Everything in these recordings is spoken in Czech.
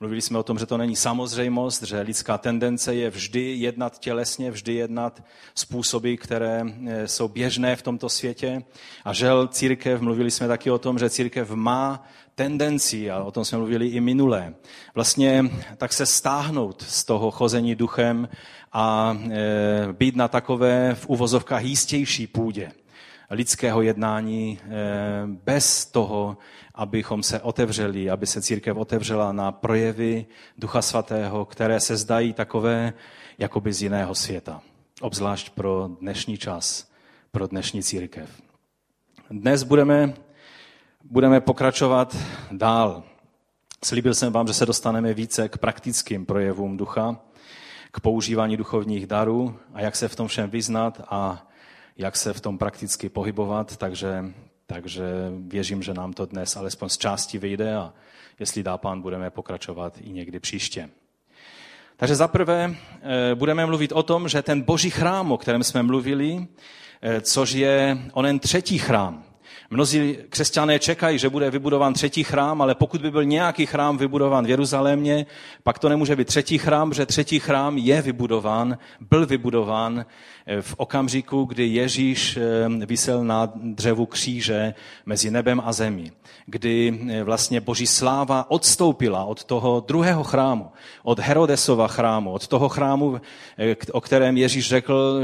Mluvili jsme o tom, že to není samozřejmost, že lidská tendence je vždy jednat tělesně, vždy jednat způsoby, které jsou běžné v tomto světě. A žel církev, mluvili jsme taky o tom, že církev má tendenci, a o tom jsme mluvili i minule, vlastně tak se stáhnout z toho chození duchem a být na takové v uvozovkách jistější půdě lidského jednání bez toho, abychom se otevřeli, aby se církev otevřela na projevy Ducha Svatého, které se zdají takové jakoby z jiného světa. Obzvlášť pro dnešní čas, pro dnešní církev. Dnes budeme pokračovat dál. Slíbil jsem vám, že se dostaneme více k praktickým projevům ducha, k používání duchovních darů a jak se v tom všem vyznat a jak se v tom prakticky pohybovat, takže věřím, že nám to dnes alespoň z části vyjde a jestli dá Pán, budeme pokračovat i někdy příště. Takže zaprvé budeme mluvit o tom, že ten boží chrám, o kterém jsme mluvili, což je onen třetí chrám. Mnozí křesťané čekají, že bude vybudován třetí chrám, ale pokud by byl nějaký chrám vybudován v Jeruzalémě, pak to nemůže být třetí chrám, protože třetí chrám byl vybudován v okamžiku, kdy Ježíš visel na dřevu kříže mezi nebem a zemí, kdy vlastně boží sláva odstoupila od toho druhého chrámu, od Herodesova chrámu, od toho chrámu, o kterém Ježíš řekl,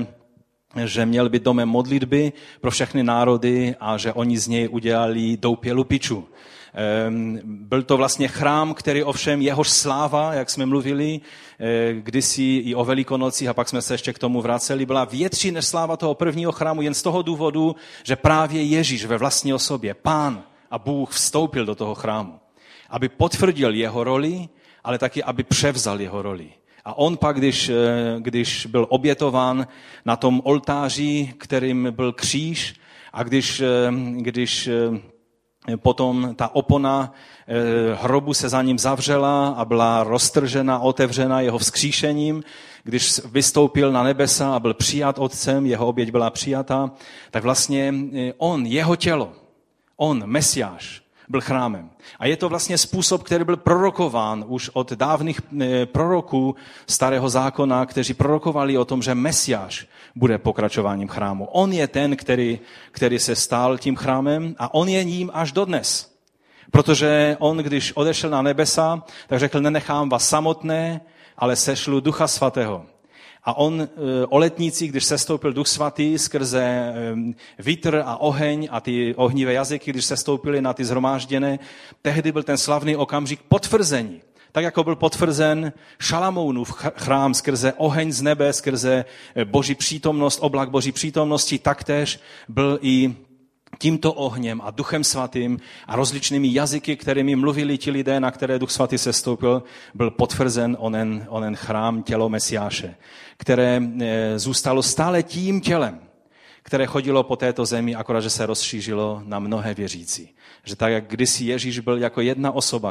že měl být domem modlitby pro všechny národy a že oni z něj udělali doupě lupičů. Byl to vlastně chrám, který ovšem jehož sláva, jak jsme mluvili kdysi i o Velikonocích a pak jsme se ještě k tomu vraceli, byla větší než sláva toho prvního chrámu jen z toho důvodu, že právě Ježíš ve vlastní osobě, Pán a Bůh vstoupil do toho chrámu, aby potvrdil jeho roli, ale taky, aby převzal jeho roli. A on pak, když byl obětován na tom oltáři, kterým byl kříž, a když potom ta opona hrobu se za ním zavřela a byla roztržena, otevřena jeho vzkříšením, když vystoupil na nebesa a byl přijat Otcem, jeho oběť byla přijata, tak vlastně jeho tělo, Mesiáš, byl chrámem. A je to vlastně způsob, který byl prorokován už od dávných proroků Starého zákona, kteří prorokovali o tom, že Mesiáš bude pokračováním chrámu. On je ten, který se stal tím chrámem a on je ním až dodnes. Protože on, když odešel na nebesa, tak řekl, nenechám vás samotné, ale sešlu Ducha Svatého. A on o letnících, když sestoupil Duch Svatý skrze vítr a oheň a ty ohnivé jazyky, když sestoupily na ty shromážděné, tehdy byl ten slavný okamžik potvrzení. Tak jako byl potvrzen Šalamounův chrám skrze oheň z nebe, skrze boží přítomnost, oblak boží přítomnosti, taktéž byl i tímto ohněm a Duchem Svatým a rozličnými jazyky, kterými mluvili ti lidé, na které Duch Svatý sestoupil, byl potvrzen onen chrám, tělo Mesiáše, které zůstalo stále tím tělem, které chodilo po této zemi, akorát, že se rozšířilo na mnohé věřící. Že tak, jak kdysi Ježíš byl jako jedna osoba,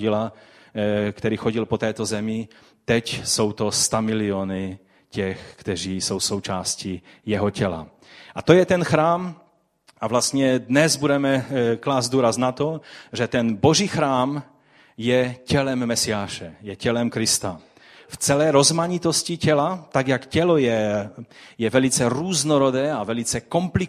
který chodil po této zemi, teď jsou to 100 miliony těch, kteří jsou součástí jeho těla. A to je ten chrám. A vlastně dnes budeme klást důraz na to, že ten boží chrám je tělem Mesiáše, je tělem Krista. V celé rozmanitosti těla, tak jak tělo je velice různorodé a velice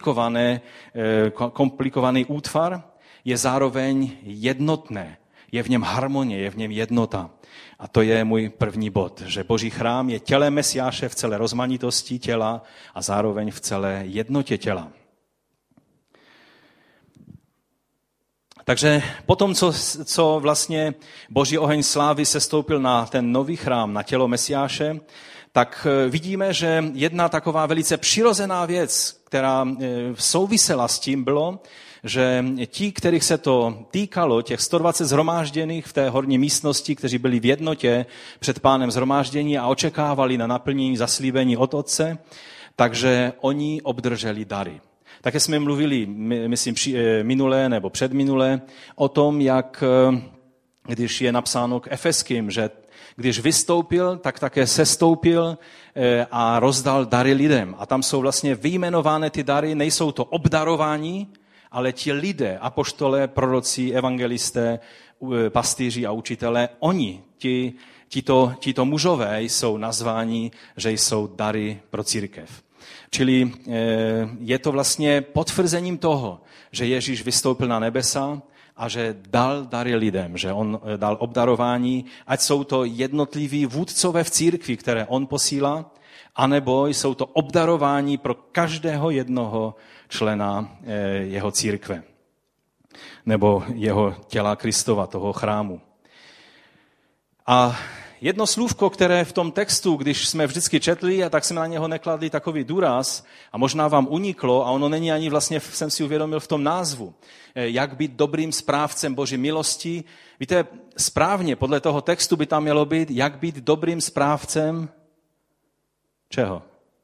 komplikovaný útvar, je zároveň jednotné. Je v něm harmonie, je v něm jednota. A to je můj první bod, že boží chrám je tělem Mesiáše v celé rozmanitosti těla a zároveň v celé jednotě těla. Takže potom, co vlastně boží oheň slávy sestoupil na ten nový chrám, na tělo Mesiáše, tak vidíme, že jedna taková velice přirozená věc, která souvisela s tím, bylo, že ti, kterých se to týkalo, těch 120 shromážděných v té horní místnosti, kteří byli v jednotě před Pánem shromáždění a očekávali na naplnění zaslíbení od Otce, takže oni obdrželi dary. Také jsme mluvili, myslím, minule nebo předminule, o tom, jak, když je napsáno k Efeským, že když vystoupil, tak také sestoupil a rozdal dary lidem. A tam jsou vlastně vyjmenované ty dary, nejsou to obdarování, ale ti lidé, apoštole, proroci, evangelisté, pastýři a učitelé, oni, tito mužové jsou nazváni, že jsou dary pro církev. Čili je to vlastně potvrzením toho, že Ježíš vystoupil na nebesa a že dal dary lidem, že on dal obdarování, ať jsou to jednotliví vůdcové v církvi, které on posílá, anebo jsou to obdarování pro každého jednoho člena jeho církve nebo jeho těla Kristova, toho chrámu. A jedno slůvko, které v tom textu, když jsme vždycky četli, a tak jsme na něho nekladli takový důraz, a možná vám uniklo, a ono není ani vlastně, jsem si uvědomil v tom názvu, jak být dobrým správcem Boží milosti. Víte, správně podle toho textu by tam mělo být, jak být dobrým správcem čeho?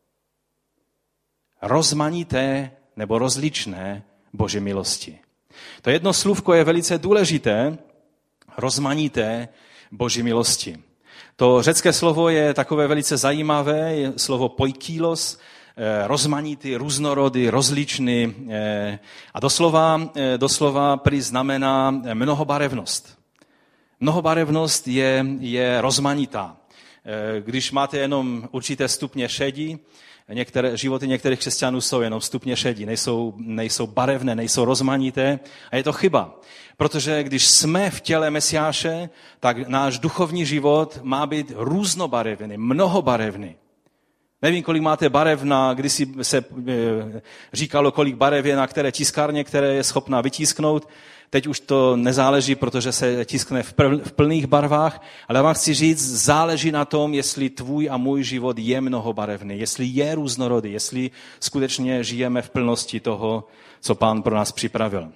Rozmanité nebo rozličné Boží milosti. To jedno slůvko je velice důležité, rozmanité Boží milosti. To řecké slovo je takové velice zajímavé, je slovo poikilos, rozmanitý, různorodý, rozličný a doslova prý znamená mnohobarevnost. Mnohobarevnost je rozmanitá. Když máte jenom určité stupně šedí, životy některých křesťanů jsou jenom stupně šedí, nejsou barevné, nejsou rozmanité a je to chyba. Protože když jsme v těle Mesiáše, tak náš duchovní život má být různobarevný, mnohobarevný. Nevím, kolik máte barev když se říkalo, kolik barev je na které tiskárně, které je schopná vytisknout. Teď už to nezáleží, protože se tiskne v plných barvách, ale vám chci říct, záleží na tom, jestli tvůj a můj život je mnohobarevný, jestli je různorodý, jestli skutečně žijeme v plnosti toho, co Pán pro nás připravil.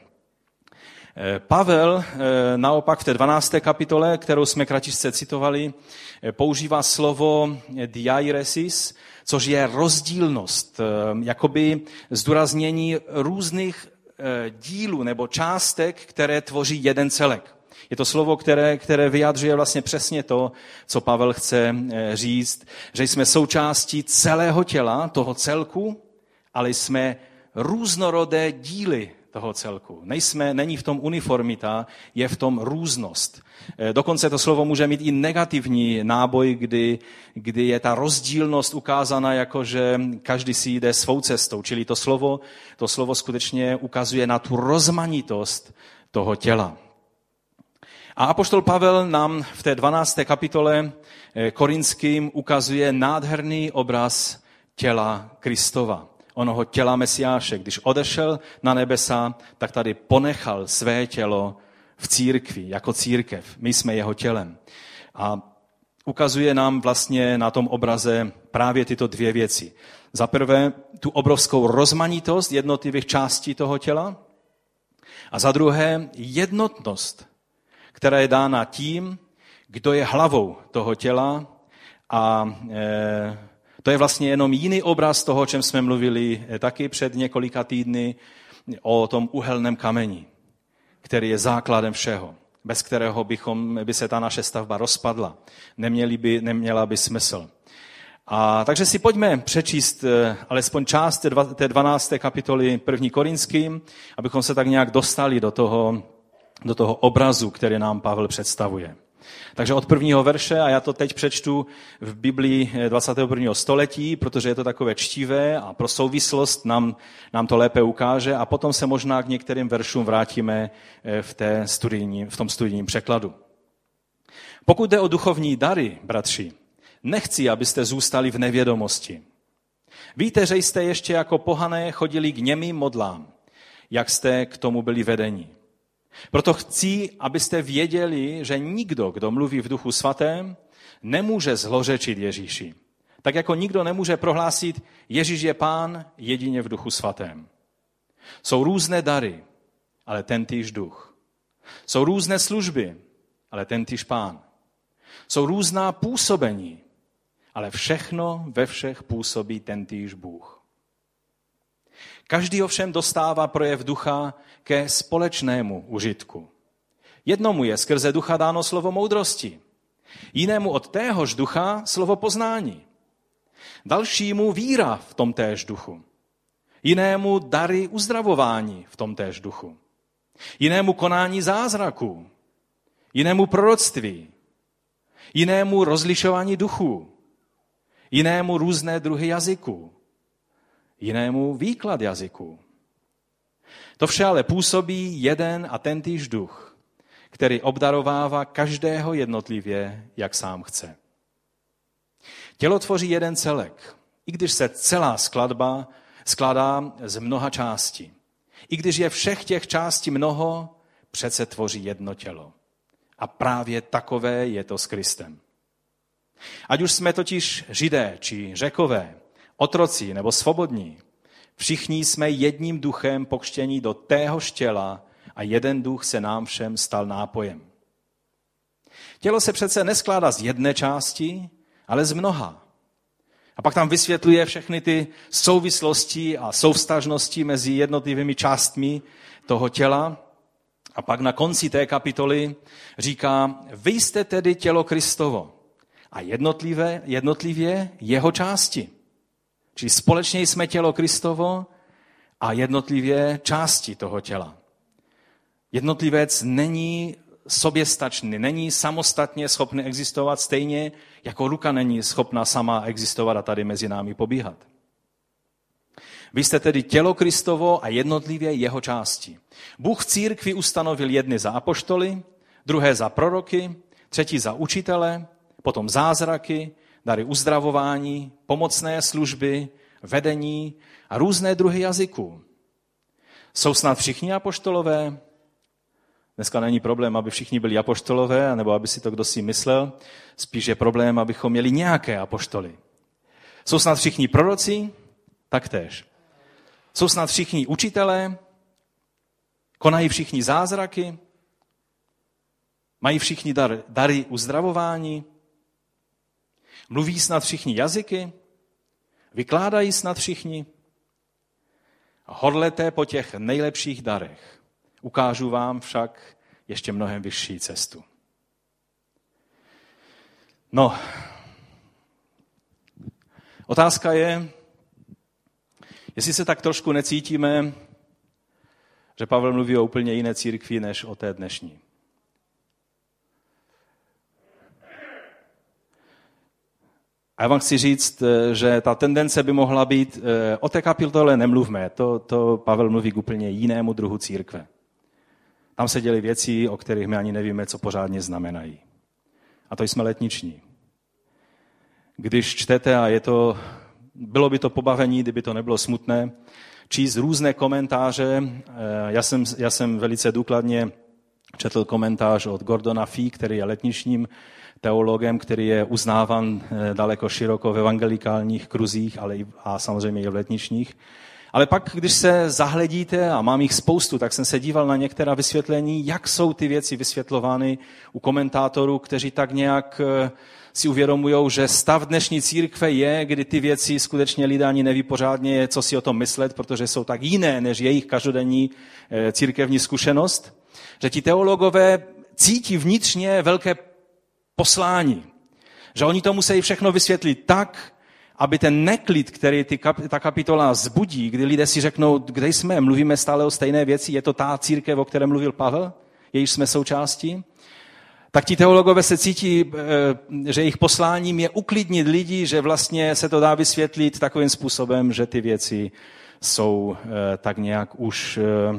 Pavel naopak v té 12. kapitole, kterou jsme kratičce citovali, používá slovo diairesis, což je rozdílnost, jakoby zdůraznění různých dílů nebo částek, které tvoří jeden celek. Je to slovo, které vyjadřuje vlastně přesně to, co Pavel chce říct, že jsme součástí celého těla, toho celku, ale jsme různorodé díly toho celku. Není v tom uniformita, je v tom různost. Dokonce to slovo může mít i negativní náboj, kdy je ta rozdílnost ukázána jako, že každý si jde svou cestou. Čili to slovo skutečně ukazuje na tu rozmanitost toho těla. A apoštol Pavel nám v té 12. kapitole Korinským ukazuje nádherný obraz těla Kristova. Onoho těla Mesiáše. Když odešel na nebesa, tak tady ponechal své tělo v církvi, jako církev. My jsme jeho tělem. A ukazuje nám vlastně na tom obraze právě tyto dvě věci. Za prvé, tu obrovskou rozmanitost jednotlivých částí toho těla a za druhé, jednotnost, která je dána tím, kdo je hlavou toho těla a to je vlastně jenom jiný obraz toho, o čem jsme mluvili taky před několika týdny, o tom uhelném kameni, který je základem všeho, bez kterého by se ta naše stavba rozpadla. Neměla by smysl. A takže si pojďme přečíst alespoň část té 12. kapitoly 1. Korinským, abychom se tak nějak dostali do toho obrazu, který nám Pavel představuje. Takže od prvního verše, a já to teď přečtu v Biblii 21. století, protože je to takové čtivé a pro souvislost nám to lépe ukáže a potom se možná k některým veršům vrátíme v tom studijním překladu. Pokud jde o duchovní dary, bratři, nechci, abyste zůstali v nevědomosti. Víte, že jste ještě jako pohané chodili k němým modlám, jak jste k tomu byli vedeni. Proto chci, abyste věděli, že nikdo, kdo mluví v Duchu Svatém, nemůže zlořečit Ježíši. Tak jako nikdo nemůže prohlásit, Ježíš je Pán jedině v Duchu Svatém. Jsou různé dary, ale tentýž Duch. Jsou různé služby, ale tentýž Pán. Jsou různá působení, ale všechno ve všech působí tentýž Bůh. Každý ovšem dostává projev ducha ke společnému užitku. Jednomu je skrze ducha dáno slovo moudrosti, jinému od téhož ducha slovo poznání, dalšímu víra v tom též duchu, jinému dary uzdravování v tom též duchu, jinému konání zázraků, jinému proroctví, jinému rozlišování duchů, jinému různé druhy jazyků, jinému výklad jazyků. To vše ale působí jeden a tentýž duch, který obdarovává každého jednotlivě, jak sám chce. Tělo tvoří jeden celek, i když se celá skladba skládá z mnoha částí. I když je všech těch částí mnoho, přece tvoří jedno tělo. A právě takové je to s Kristem. Ať už jsme totiž Židé či Řekové, otroci nebo svobodní, všichni jsme jedním duchem pokřtění do téhož těla a jeden duch se nám všem stal nápojem. Tělo se přece neskládá z jedné části, ale z mnoha. A pak tam vysvětluje všechny ty souvislosti a souvztažnosti mezi jednotlivými částmi toho těla. A pak na konci té kapitoly říká, vy jste tedy tělo Kristovo a jednotlivě jeho části. Čili společně jsme tělo Kristovo a jednotlivě části toho těla. Jednotlivec není soběstačný, není samostatně schopný existovat stejně, jako ruka není schopná sama existovat a tady mezi námi pobíhat. Vy jste tedy tělo Kristovo a jednotlivě jeho části. Bůh v církvi ustanovil jedny za apoštoly, druhé za proroky, třetí za učitele, potom zázraky, dary uzdravování, pomocné služby, vedení a různé druhy jazyků. Jsou snad všichni apoštolové? Dneska není problém, aby všichni byli apoštolové, nebo aby si to kdo si myslel. Spíš je problém, abychom měli nějaké apoštoly. Jsou snad všichni proroci? Taktéž. Jsou snad všichni učitelé? Konají všichni zázraky? Mají všichni dary uzdravování? Mluví snad všichni jazyky? Vykládají snad všichni? Hodlete po těch nejlepších darech. Ukážu vám však ještě mnohem vyšší cestu. No, otázka je, jestli se tak trošku necítíme, že Pavel mluví o úplně jiné církvi, než o té dnešní. A já vám chci říct, že ta tendence by mohla být, o té kapitole nemluvme, to Pavel mluví k úplně jinému druhu církve. Tam se děly věci, o kterých my ani nevíme, co pořádně znamenají. A to jsme letniční. Když čtete, a bylo by to pobavení, kdyby to nebylo smutné, číst různé komentáře. Já jsem velice důkladně četl komentář od Gordona Fee, který je letničním teologem, který je uznávan daleko široko v evangelikálních kruzích, ale a samozřejmě i v letničních. Ale pak, když se zahledíte, a mám jich spoustu, tak jsem se díval na některá vysvětlení, jak jsou ty věci vysvětlovány u komentátorů, kteří tak nějak si uvědomují, že stav dnešní církve je, kdy ty věci skutečně lidé ani neví pořádně, co si o tom myslet, protože jsou tak jiné, než jejich každodenní církevní zkušenost, že ti teologové cítí vnitřně velké poslání, že oni to musí všechno vysvětlit tak, aby ten neklid, který ta kapitola zbudí, kdy lidé si řeknou, kde jsme, mluvíme stále o stejné věci, je to ta církev, o které mluvil Pavel, jejíž jsme součástí, tak ti teologové se cítí, že jejich posláním je uklidnit lidi, že vlastně se to dá vysvětlit takovým způsobem, že ty věci jsou tak nějak už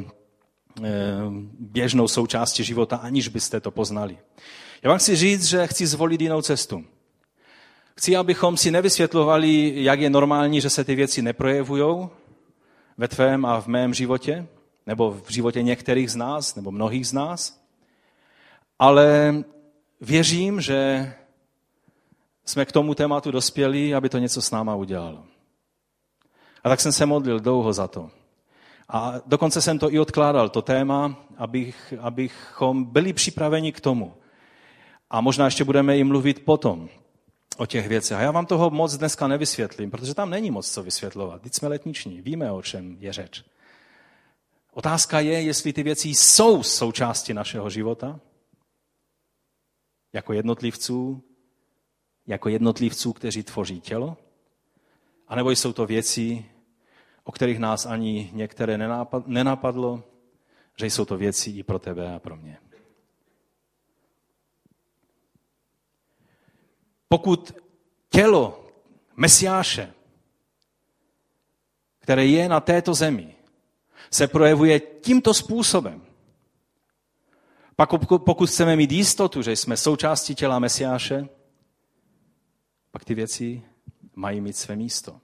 běžnou součástí života, aniž byste to poznali. Já vám chci říct, že chci zvolit jinou cestu. Chci, abychom si nevysvětlovali, jak je normální, že se ty věci neprojevujou ve tvém a v mém životě, nebo v životě některých z nás, nebo mnohých z nás, ale věřím, že jsme k tomu tématu dospěli, aby to něco s náma udělalo. A tak jsem se modlil dlouho za to. A dokonce jsem to i odkládal, to téma, abychom byli připraveni k tomu. A možná ještě budeme i mluvit potom o těch věcech. A já vám toho moc dneska nevysvětlím, protože tam není moc co vysvětlovat. Teď jsme letniční, víme, o čem je řeč. Otázka je, jestli ty věci jsou součástí našeho života, jako jednotlivců, kteří tvoří tělo, anebo jsou to věci, o kterých nás ani některé nenapadlo, že jsou to věci i pro tebe a pro mě. Pokud tělo Mesiáše, které je na této zemi, se projevuje tímto způsobem, pak pokud chceme mít jistotu, že jsme součástí těla Mesiáše, pak ty věci mají mít své místo.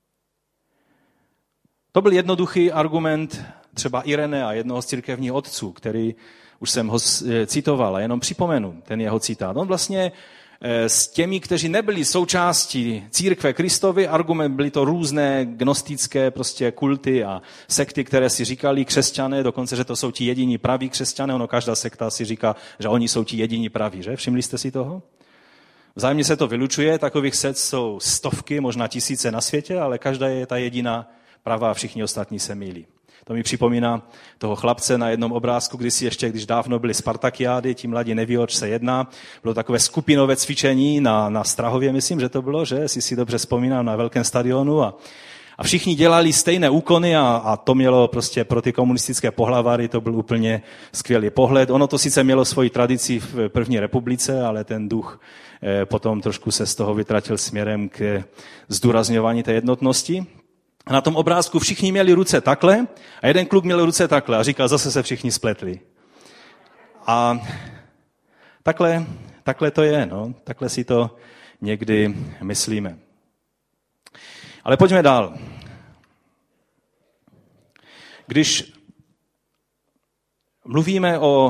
To byl jednoduchý argument třeba Irene a jednoho z církevních otců, který už jsem ho citoval a jenom připomenu ten jeho citát. On vlastně s těmi, kteří nebyli součástí církve Kristovy, argument byly to různé gnostické prostě kulty a sekty, které si říkali křesťané, dokonce, že to jsou ti jediní praví křesťané, ono každá sekta si říká, že oni jsou ti jediní praví, že? Všimli jste si toho? Vzájemně se to vylučuje, takových sekt jsou stovky, možná tisíce na světě, ale každá je ta jediná pravá a všichni ostatní se mýlí. To mi připomíná toho chlapce na jednom obrázku, když dávno byly Spartakiády, ti mladí neví, oč se jedná. Bylo takové skupinové cvičení na Strahově, myslím, že to bylo, že? Jestli si dobře vzpomínám, na velkém stadionu. A všichni dělali stejné úkony a to mělo prostě pro ty komunistické pohlavary, to byl úplně skvělý pohled. Ono to sice mělo svoji tradici v první republice, ale ten duch potom trošku se z toho vytratil směrem k zdůrazňování té jednotnosti. A na tom obrázku všichni měli ruce takhle a jeden kluk měl ruce takhle a říkal, zase se všichni spletli. A takhle to je, no. Takhle si to někdy myslíme. Ale pojďme dál. Když mluvíme o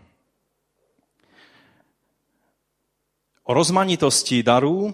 rozmanitosti darů,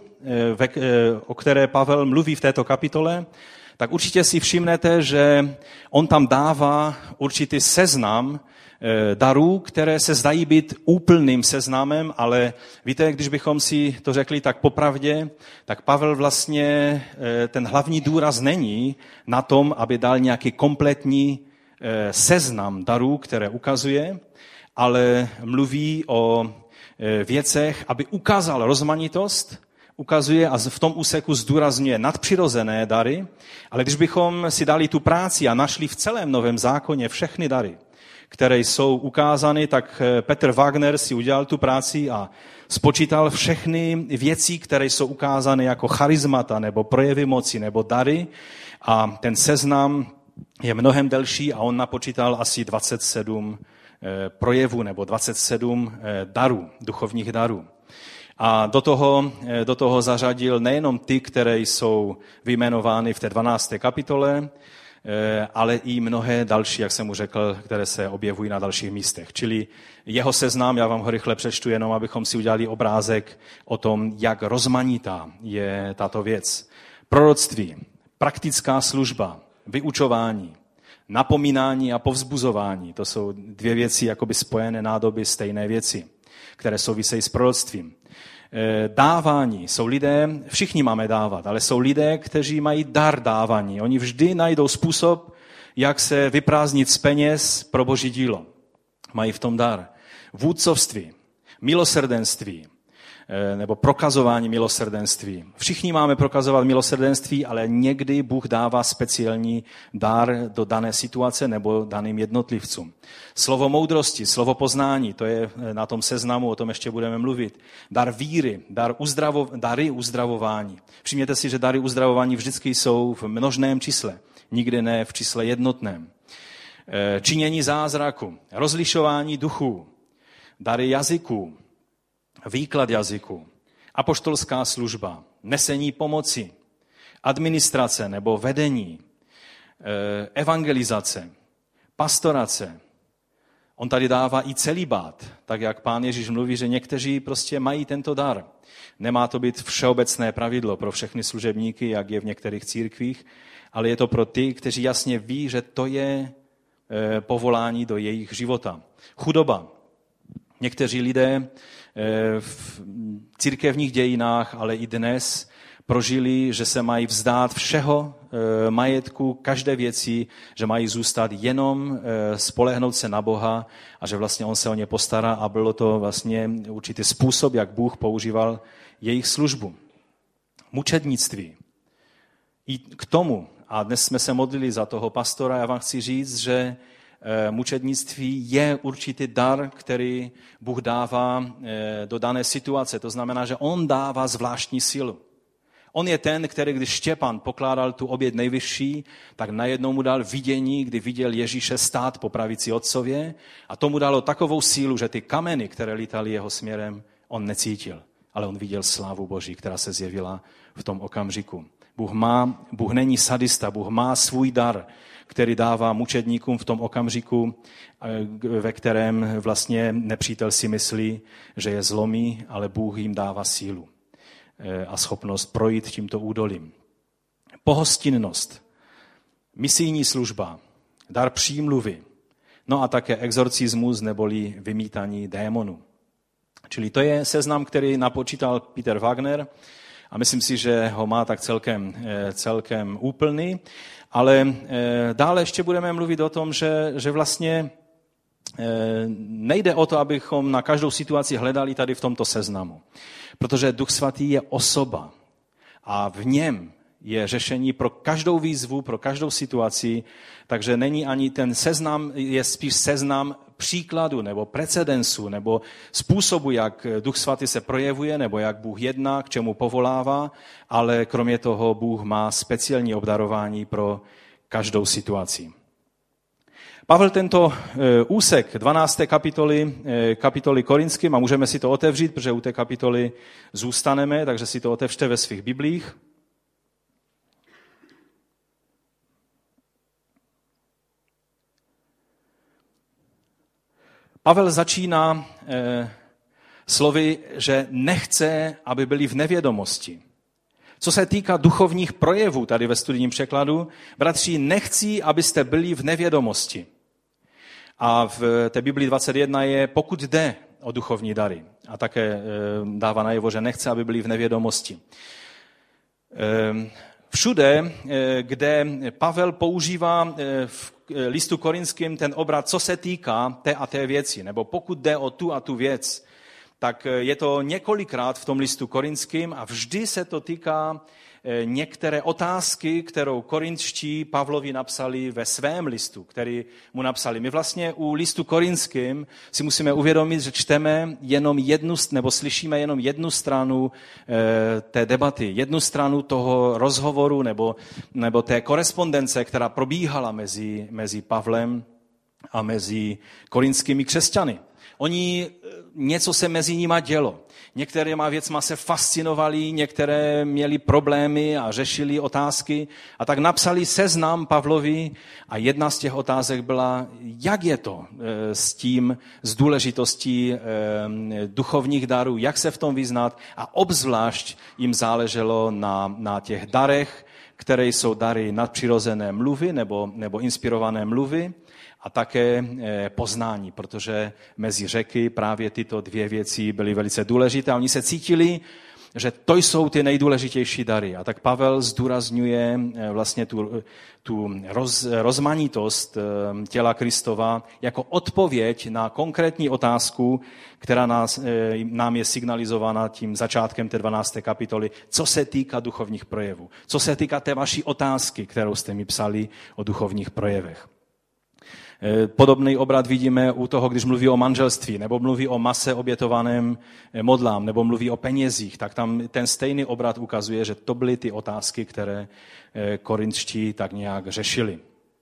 o které Pavel mluví v této kapitole, tak určitě si všimnete, že on tam dává určitý seznam darů, které se zdají být úplným seznamem, ale víte, když bychom si to řekli tak popravdě, tak Pavel vlastně ten hlavní důraz není na tom, aby dal nějaký kompletní seznam darů, které ukazuje, ale mluví o věcech, aby ukázal rozmanitost, ukazuje a v tom úseku zdůrazňuje nadpřirozené dary, ale když bychom si dali tu práci a našli v celém Novém zákoně všechny dary, které jsou ukázány, tak Petr Wagner si udělal tu práci a spočítal všechny věci, které jsou ukázány jako charizmata nebo projevy moci nebo dary a ten seznam je mnohem delší a on napočítal asi 27 projevů nebo 27 darů, duchovních darů. A do toho zařadil nejenom ty, které jsou vyjmenovány v té 12. kapitole, ale i mnohé další, jak jsem mu řekl, které se objevují na dalších místech. Čili jeho seznam, já vám ho rychle přečtu, jenom abychom si udělali obrázek o tom, jak rozmanitá je tato věc. Proroctví, praktická služba, vyučování, napomínání a povzbuzování. To jsou dvě věci, jakoby spojené nádoby stejné věci, které souvisejí s proroctvím. Dávání. Jsou lidé, všichni máme dávat, ale jsou lidé, kteří mají dar dávání. Oni vždy najdou způsob, jak se vyprázdnit z peněz pro Boží dílo. Mají v tom dar. Vůdcovství, milosrdenství, nebo prokazování milosrdenství. Všichni máme prokazovat milosrdenství, ale někdy Bůh dává speciální dar do dané situace nebo daným jednotlivcům. Slovo moudrosti, slovo poznání, to je na tom seznamu, o tom ještě budeme mluvit. Dar víry, dary uzdravování. Všimněte si, že dary uzdravování vždycky jsou v množném čísle, nikdy ne v čísle jednotném. Činění zázraku, rozlišování duchů, dary jazyků, výklad jazyku, apoštolská služba, nesení pomoci, administrace nebo vedení, evangelizace, pastorace. On tady dává i celibát, tak jak Pán Ježíš mluví, že někteří prostě mají tento dar. Nemá to být všeobecné pravidlo pro všechny služebníky, jak je v některých církvích, ale je to pro ty, kteří jasně ví, že to je povolání do jejich života. Chudoba. Někteří lidé v církevních dějinách, ale i dnes prožili, že se mají vzdát všeho majetku, každé věci, že mají zůstat jenom spolehnout se na Boha a že vlastně on se o ně postará a bylo to vlastně určitý způsob, jak Bůh používal jejich službu. Mučednictví. I k tomu, A dnes jsme se modlili za toho pastora. Já vám chci říct, že mučednictví je určitý dar, který Bůh dává do dané situace. To znamená, že on dává zvláštní sílu. On je ten, který, když Štěpán pokládal tu oběť nejvyšší, tak najednou mu dal vidění, kdy viděl Ježíše stát po pravici otcově a tomu dalo takovou sílu, že ty kameny, které lítaly jeho směrem, on necítil. Ale on viděl slávu Boží, která se zjevila v tom okamžiku. Bůh není sadista, Bůh má svůj dar, který dává mučedníkům v tom okamžiku, ve kterém vlastně nepřítel si myslí, že je zlomí, ale Bůh jim dává sílu a schopnost projít tímto údolím. Pohostinnost, misijní služba, dar přímluvy, no a také exorcismus neboli vymítání démonů. Čili to je seznam, který napočítal Peter Wagner a myslím si, že ho má tak celkem úplný, ale dále ještě budeme mluvit o tom, že vlastně nejde o to, abychom na každou situaci hledali tady v tomto seznamu. Protože Duch Svatý je osoba a v něm je řešení pro každou výzvu, pro každou situaci, takže není ani ten seznam, je spíš seznam příkladu nebo precedensu nebo způsobu, jak Duch Svatý se projevuje nebo jak Bůh jedná, k čemu povolává, ale kromě toho Bůh má speciální obdarování pro každou situaci. Pavel tento úsek 12. kapitoly Korinským, a můžeme si to otevřít, protože u té kapitoly zůstaneme, takže si to otevřte ve svých biblích. Pavel začíná slovy, že nechce, aby byli v nevědomosti. Co se týká duchovních projevů, tady ve studijním překladu, bratři, nechci, abyste byli v nevědomosti. A v té Biblii 21 je, pokud jde o duchovní dary. A také dává najevo, že nechce, aby byli v nevědomosti. Všude, kde Pavel používá v listu Korinským ten obrat, co se týká té a té věci, nebo pokud jde o tu a tu věc, tak je to několikrát v tom listu Korinským a vždy se to týká některé otázky, kterou korinští Pavlovi napsali ve svém listu, který mu napsali. My vlastně u listu Korinským si musíme uvědomit, že čteme jenom nebo slyšíme jenom jednu stranu té debaty, jednu stranu toho rozhovoru nebo té korespondence, která probíhala mezi Pavlem a mezi korinskými křesťany. Něco se mezi nima dělo. Některýma věcma se fascinovali, některé měli problémy a řešili otázky a tak napsali seznam Pavlovi a jedna z těch otázek byla, jak je to s důležitostí duchovních darů, jak se v tom vyznat a obzvlášť jim záleželo na těch darech, které jsou dary nadpřirozené mluvy nebo inspirované mluvy, a také poznání, protože mezi Řeky právě tyto dvě věci byly velice důležité. Oni se cítili, že to jsou ty nejdůležitější dary. A tak Pavel zdůrazňuje vlastně tu rozmanitost těla Kristova jako odpověď na konkrétní otázku, která nám je signalizována tím začátkem té 12. kapitoly, co se týká duchovních projevů, co se týká té vaší otázky, kterou jste mi psali o duchovních projevech. Podobný obrat vidíme u toho, když mluví o manželství, nebo mluví o mase obětovaném modlám, nebo mluví o penězích, tak tam ten stejný obrat ukazuje, že to byly ty otázky, které korinští tak nějak řešili.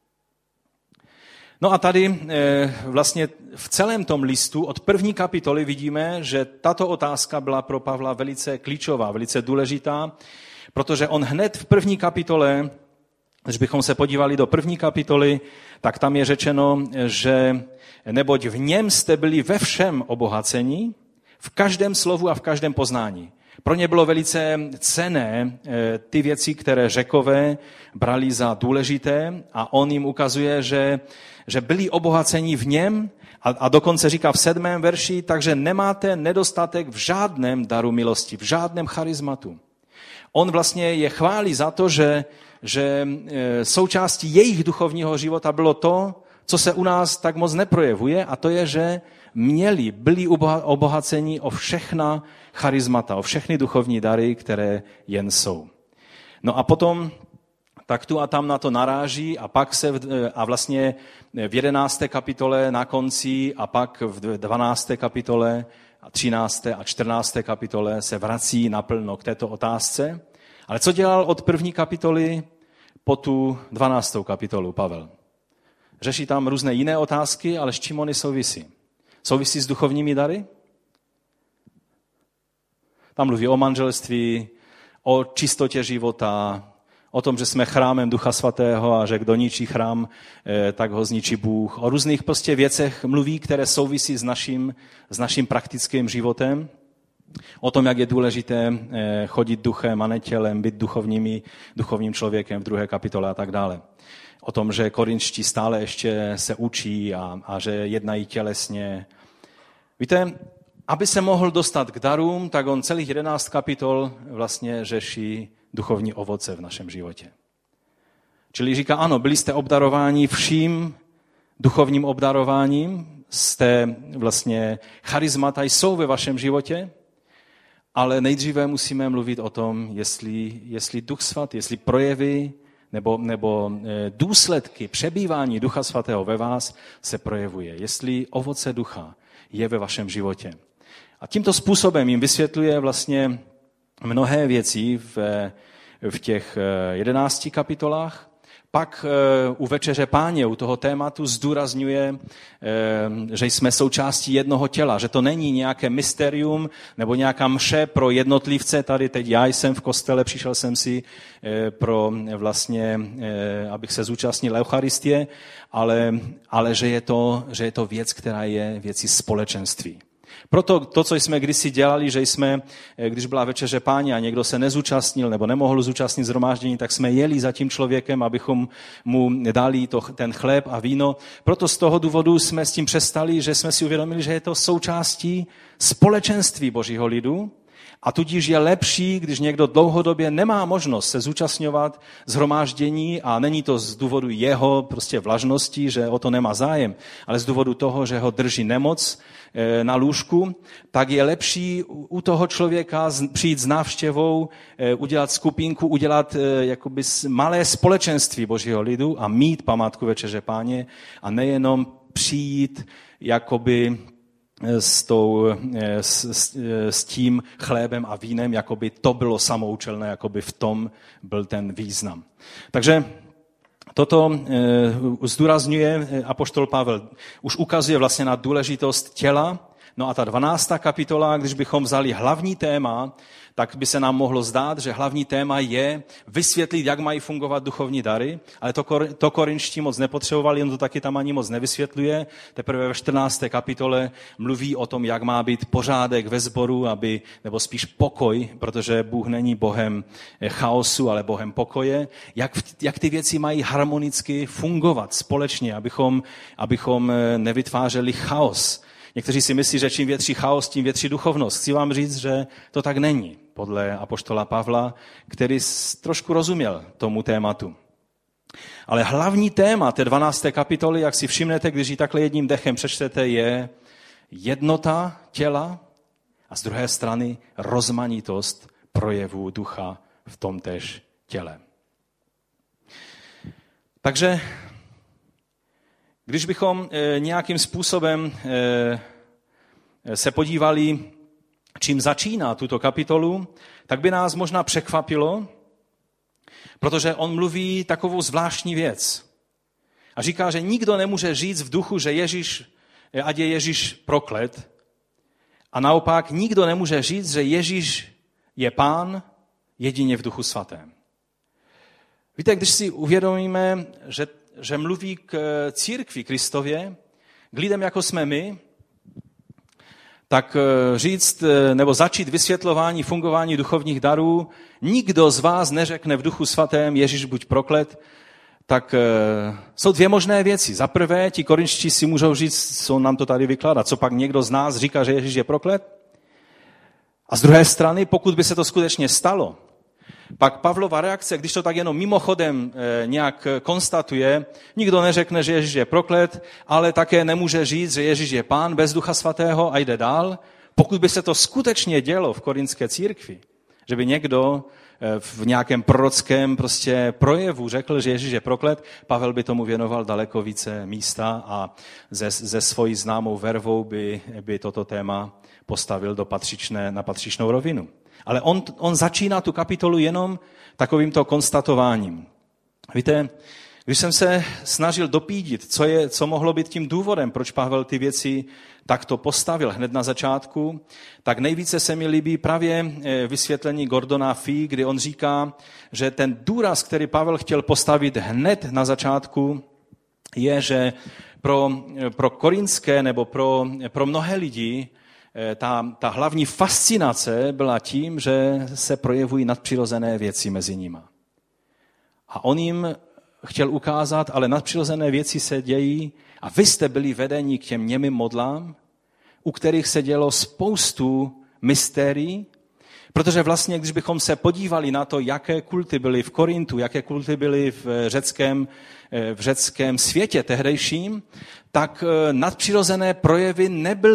No a tady vlastně v celém tom listu od první kapitoly vidíme, že tato otázka byla pro Pavla velice klíčová, velice důležitá, protože on hned v první kapitole, když bychom se podívali do první kapitoly, tak tam je řečeno, že neboť v něm jste byli ve všem obohaceni, v každém slovu a v každém poznání. Pro ně bylo velice cenné ty věci, které Řekové brali za důležité a on jim ukazuje, že byli obohaceni v něm a dokonce říká v 7. verši, takže nemáte nedostatek v žádném daru milosti, v žádném charizmatu. On vlastně je chválí za to, že součástí jejich duchovního života bylo to, co se u nás tak moc neprojevuje, a to je, že byli obohaceni o všechna charizmata, o všechny duchovní dary, které jen jsou. No a potom tak tu a tam na to naráží a pak a vlastně v 11. kapitole na konci a pak v 12. kapitole a 13. a 14. kapitole se vrací naplno k této otázce. Ale co dělal od první kapitoly po tu 12. kapitolu Pavel? Řeší tam různé jiné otázky, ale s čím oni souvisí? Souvisí s duchovními dary? Tam mluví o manželství, o čistotě života, o tom, že jsme chrámem Ducha Svatého a že kdo ničí chrám, tak ho zničí Bůh. O různých prostě věcech mluví, které souvisí s naším praktickým životem. O tom, jak je důležité chodit duchem a ne tělem, být duchovním člověkem v 2. kapitole a tak dále. O tom, že korinští stále ještě se učí a že jednají tělesně. Víte, aby se mohl dostat k darům, tak on celých 11 kapitol vlastně řeší duchovní ovoce v našem životě. Čili říká, ano, byli jste obdarováni vším duchovním obdarováním, jste vlastně charizmata jsou ve vašem životě, ale nejdříve musíme mluvit o tom, jestli Duch Svatý, jestli projevy nebo důsledky přebývání Ducha Svatého ve vás se projevuje, jestli ovoce ducha je ve vašem životě. A tímto způsobem jim vysvětluje vlastně mnohé věci v těch 11 kapitolách. Pak u Večeře Páně, u toho tématu zdůrazňuje, že jsme součástí jednoho těla, že to není nějaké mysterium nebo nějaká mše pro jednotlivce. Tady teď já jsem v kostele, přišel jsem si pro vlastně, abych se zúčastnil Eucharistie, ale že je to věc, která je věcí společenství. Proto to, co jsme kdysi dělali, že jsme, když byla Večeře Páně a někdo se nezúčastnil nebo nemohl zúčastnit shromáždění, tak jsme jeli za tím člověkem, abychom mu dali ten chléb a víno. Proto z toho důvodu jsme s tím přestali, že jsme si uvědomili, že je to součástí společenství Božího lidu a tudíž je lepší, když někdo dlouhodobě nemá možnost se zúčastňovat shromáždění a není to z důvodu jeho prostě vlažnosti, že o to nemá zájem, ale z důvodu toho, že ho drží nemoc na lůžku, tak je lepší u toho člověka přijít s návštěvou, udělat skupinku, udělat jakoby malé společenství Božího lidu a mít památku Večeře Páně a nejenom přijít jakoby s tím chlébem a vínem, jakoby to bylo samoučelné, jakoby v tom byl ten význam. Takže toto zdůrazňuje apoštol Pavel. Už ukazuje vlastně na důležitost těla. No a ta 12. kapitola, když bychom vzali hlavní téma, tak by se nám mohlo zdát, že hlavní téma je vysvětlit, jak mají fungovat duchovní dary, ale to korinští moc nepotřebovali, on to taky tam ani moc nevysvětluje. Teprve ve 14. kapitole mluví o tom, jak má být pořádek ve sboru, nebo spíš pokoj, protože Bůh není Bohem chaosu, ale Bohem pokoje. Jak ty věci mají harmonicky fungovat společně, abychom nevytvářeli chaos. Někteří si myslí, že čím větší chaos, tím větší duchovnost. Chci vám říct, že to tak není, podle apoštola Pavla, který trošku rozuměl tomu tématu. Ale hlavní téma té 12. kapitoly, jak si všimnete, když ji takhle jedním dechem přečtete, je jednota těla a z druhé strany rozmanitost projevů ducha v tomtéž těle. Takže když bychom nějakým způsobem se podívali, čím začíná tuto kapitolu, tak by nás možná překvapilo, protože on mluví takovou zvláštní věc. A říká, že nikdo nemůže říct v duchu, že ať je Ježíš proklet. A naopak nikdo nemůže říct, že Ježíš je Pán jedině v Duchu Svatém. Víte, když si uvědomíme, že mluví k církvi Kristově, k lidem, jako jsme my, tak říct nebo začít vysvětlování fungování duchovních darů, nikdo z vás neřekne v Duchu Svatém Ježíš buď proklet, tak jsou dvě možné věci. Za prvé, ti korinští si můžou říct, co nám to tady vykládá, co pak někdo z nás říká, že Ježíš je proklet. A z druhé strany, pokud by se to skutečně stalo, pak Pavlova reakce, když to tak jenom mimochodem nějak konstatuje, nikdo neřekne, že Ježíš je proklet, ale také nemůže říct, že Ježíš je Pán bez Ducha Svatého a jde dál. Pokud by se to skutečně dělo v korintské církvi Že by někdo v nějakém prorockém prostě projevu řekl, že Ježíš je proklet, Pavel by tomu věnoval daleko více místa a ze svojí známou vervou by toto téma postavil na patřičnou rovinu. Ale on začíná tu kapitolu jenom takovýmto konstatováním. Víte, když jsem se snažil dopídit, co mohlo být tím důvodem, proč Pavel ty věci takto postavil hned na začátku, tak nejvíce se mi líbí právě vysvětlení Gordona Fee, kdy on říká, že ten důraz, který Pavel chtěl postavit hned na začátku, je, že pro korinské nebo pro mnohé lidi ta hlavní fascinace byla tím, že se projevují nadpřirozené věci mezi nima. A on jim chtěl ukázat, ale nadpřirozené věci se dějí a vy jste byli vedeni k těm němým modlám, u kterých se dělo spoustu mystérií, protože vlastně, když bychom se podívali na to, jaké kulty byly v Korintu, jaké kulty byly v řeckém světě tehdejším, tak nadpřirozené projevy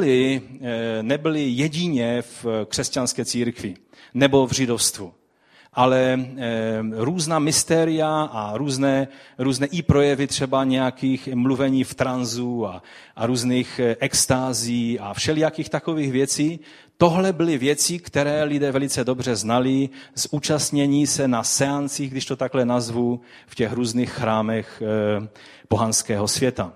nebyly jedině v křesťanské církvi nebo v židovstvu. Ale různá mystéria a různé i projevy třeba nějakých mluvení v tranzu a různých extází a všelijakých takových věcí, tohle byly věci, které lidé velice dobře znali z účastnění se na seancích, když to takhle nazvu, v těch různých chrámech pohanského světa.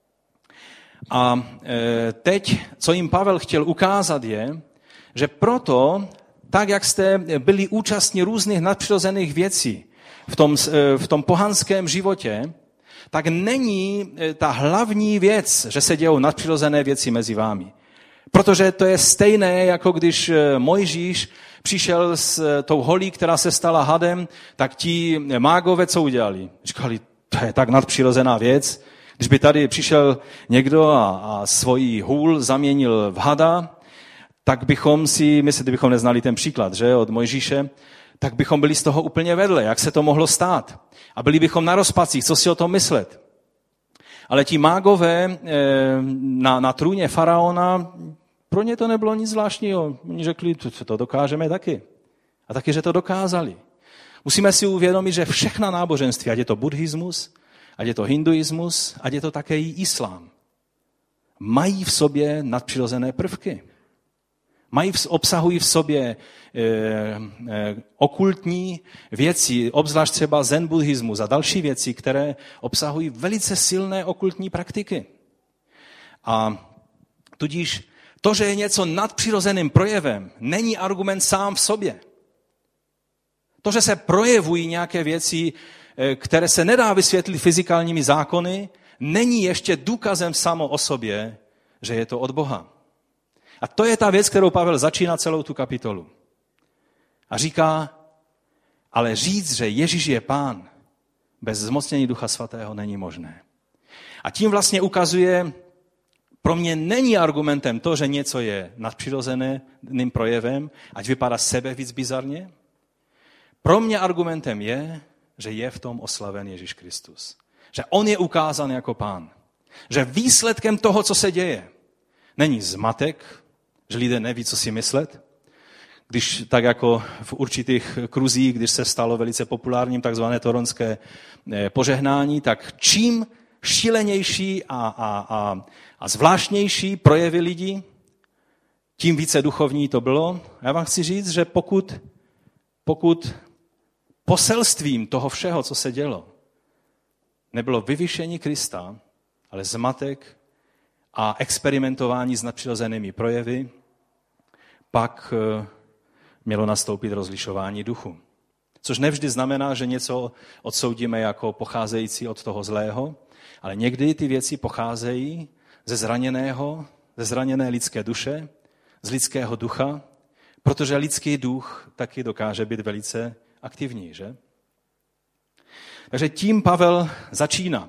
A teď, co jim Pavel chtěl ukázat je, že proto tak, jak jste byli účastní různých nadpřirozených věcí v tom pohanském životě, tak není ta hlavní věc, že se dějou nadpřirozené věci mezi vámi. Protože to je stejné, jako když Mojžíš přišel s tou holí, která se stala hadem, tak ti mágové co udělali? Říkali, to je tak nadpřirozená věc. Když by tady přišel někdo a svoji hůl zaměnil v hada, tak bychom kdybychom neznali ten příklad, že, od Mojžíše, tak bychom byli z toho úplně vedle, jak se to mohlo stát. A byli bychom na rozpacích, co si o tom myslet. Ale ti mágové na trůně faraona, pro ně to nebylo nic zvláštního. Oni řekli, to dokážeme taky. A taky, že to dokázali. Musíme si uvědomit, že všechna náboženství, ať je to buddhismus, ať je to hinduismus, ať je to také i islám, mají v sobě nadpřirozené prvky. Obsahují v sobě okultní věci, obzvlášť třeba zen buddhismus a další věci, které obsahují velice silné okultní praktiky. A tudíž to, že je něco nadpřirozeným projevem, není argument sám v sobě. To, že se projevují nějaké věci, které se nedá vysvětlit fyzikálními zákony, není ještě důkazem samo o sobě, že je to od Boha. A to je ta věc, kterou Pavel začíná celou tu kapitolu. A říká, ale říct, že Ježíš je Pán, bez zmocnění Ducha Svatého není možné. A tím vlastně ukazuje, pro mě není argumentem to, že něco je nadpřirozeným projevem, ať vypadá sebe víc bizarně. Pro mě argumentem je, že je v tom oslaven Ježíš Kristus. Že on je ukázán jako Pán. Že výsledkem toho, co se děje, není zmatek, že lidé neví, co si myslet. Když tak jako v určitých kruzích, když se stalo velice populárním takzvané toronské požehnání, tak čím šílenější a zvláštnější projevy lidí, tím více duchovní to bylo. Já vám chci říct, že pokud poselstvím toho všeho, co se dělo, nebylo vyvyšení Krista, ale zmatek a experimentování s nadpřirozenými projevy, pak mělo nastoupit rozlišování duchu. Což nevždy znamená, že něco odsoudíme jako pocházející od toho zlého, ale někdy ty věci pocházejí ze zraněné lidské duše, z lidského ducha, protože lidský duch taky dokáže být velice aktivní, že? Takže tím Pavel začíná.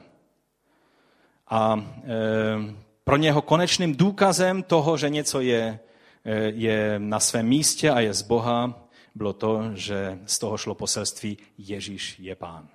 A pro něho konečným důkazem toho, že něco je na svém místě a je z Boha, bylo to, že z toho šlo poselství Ježíš je Pán.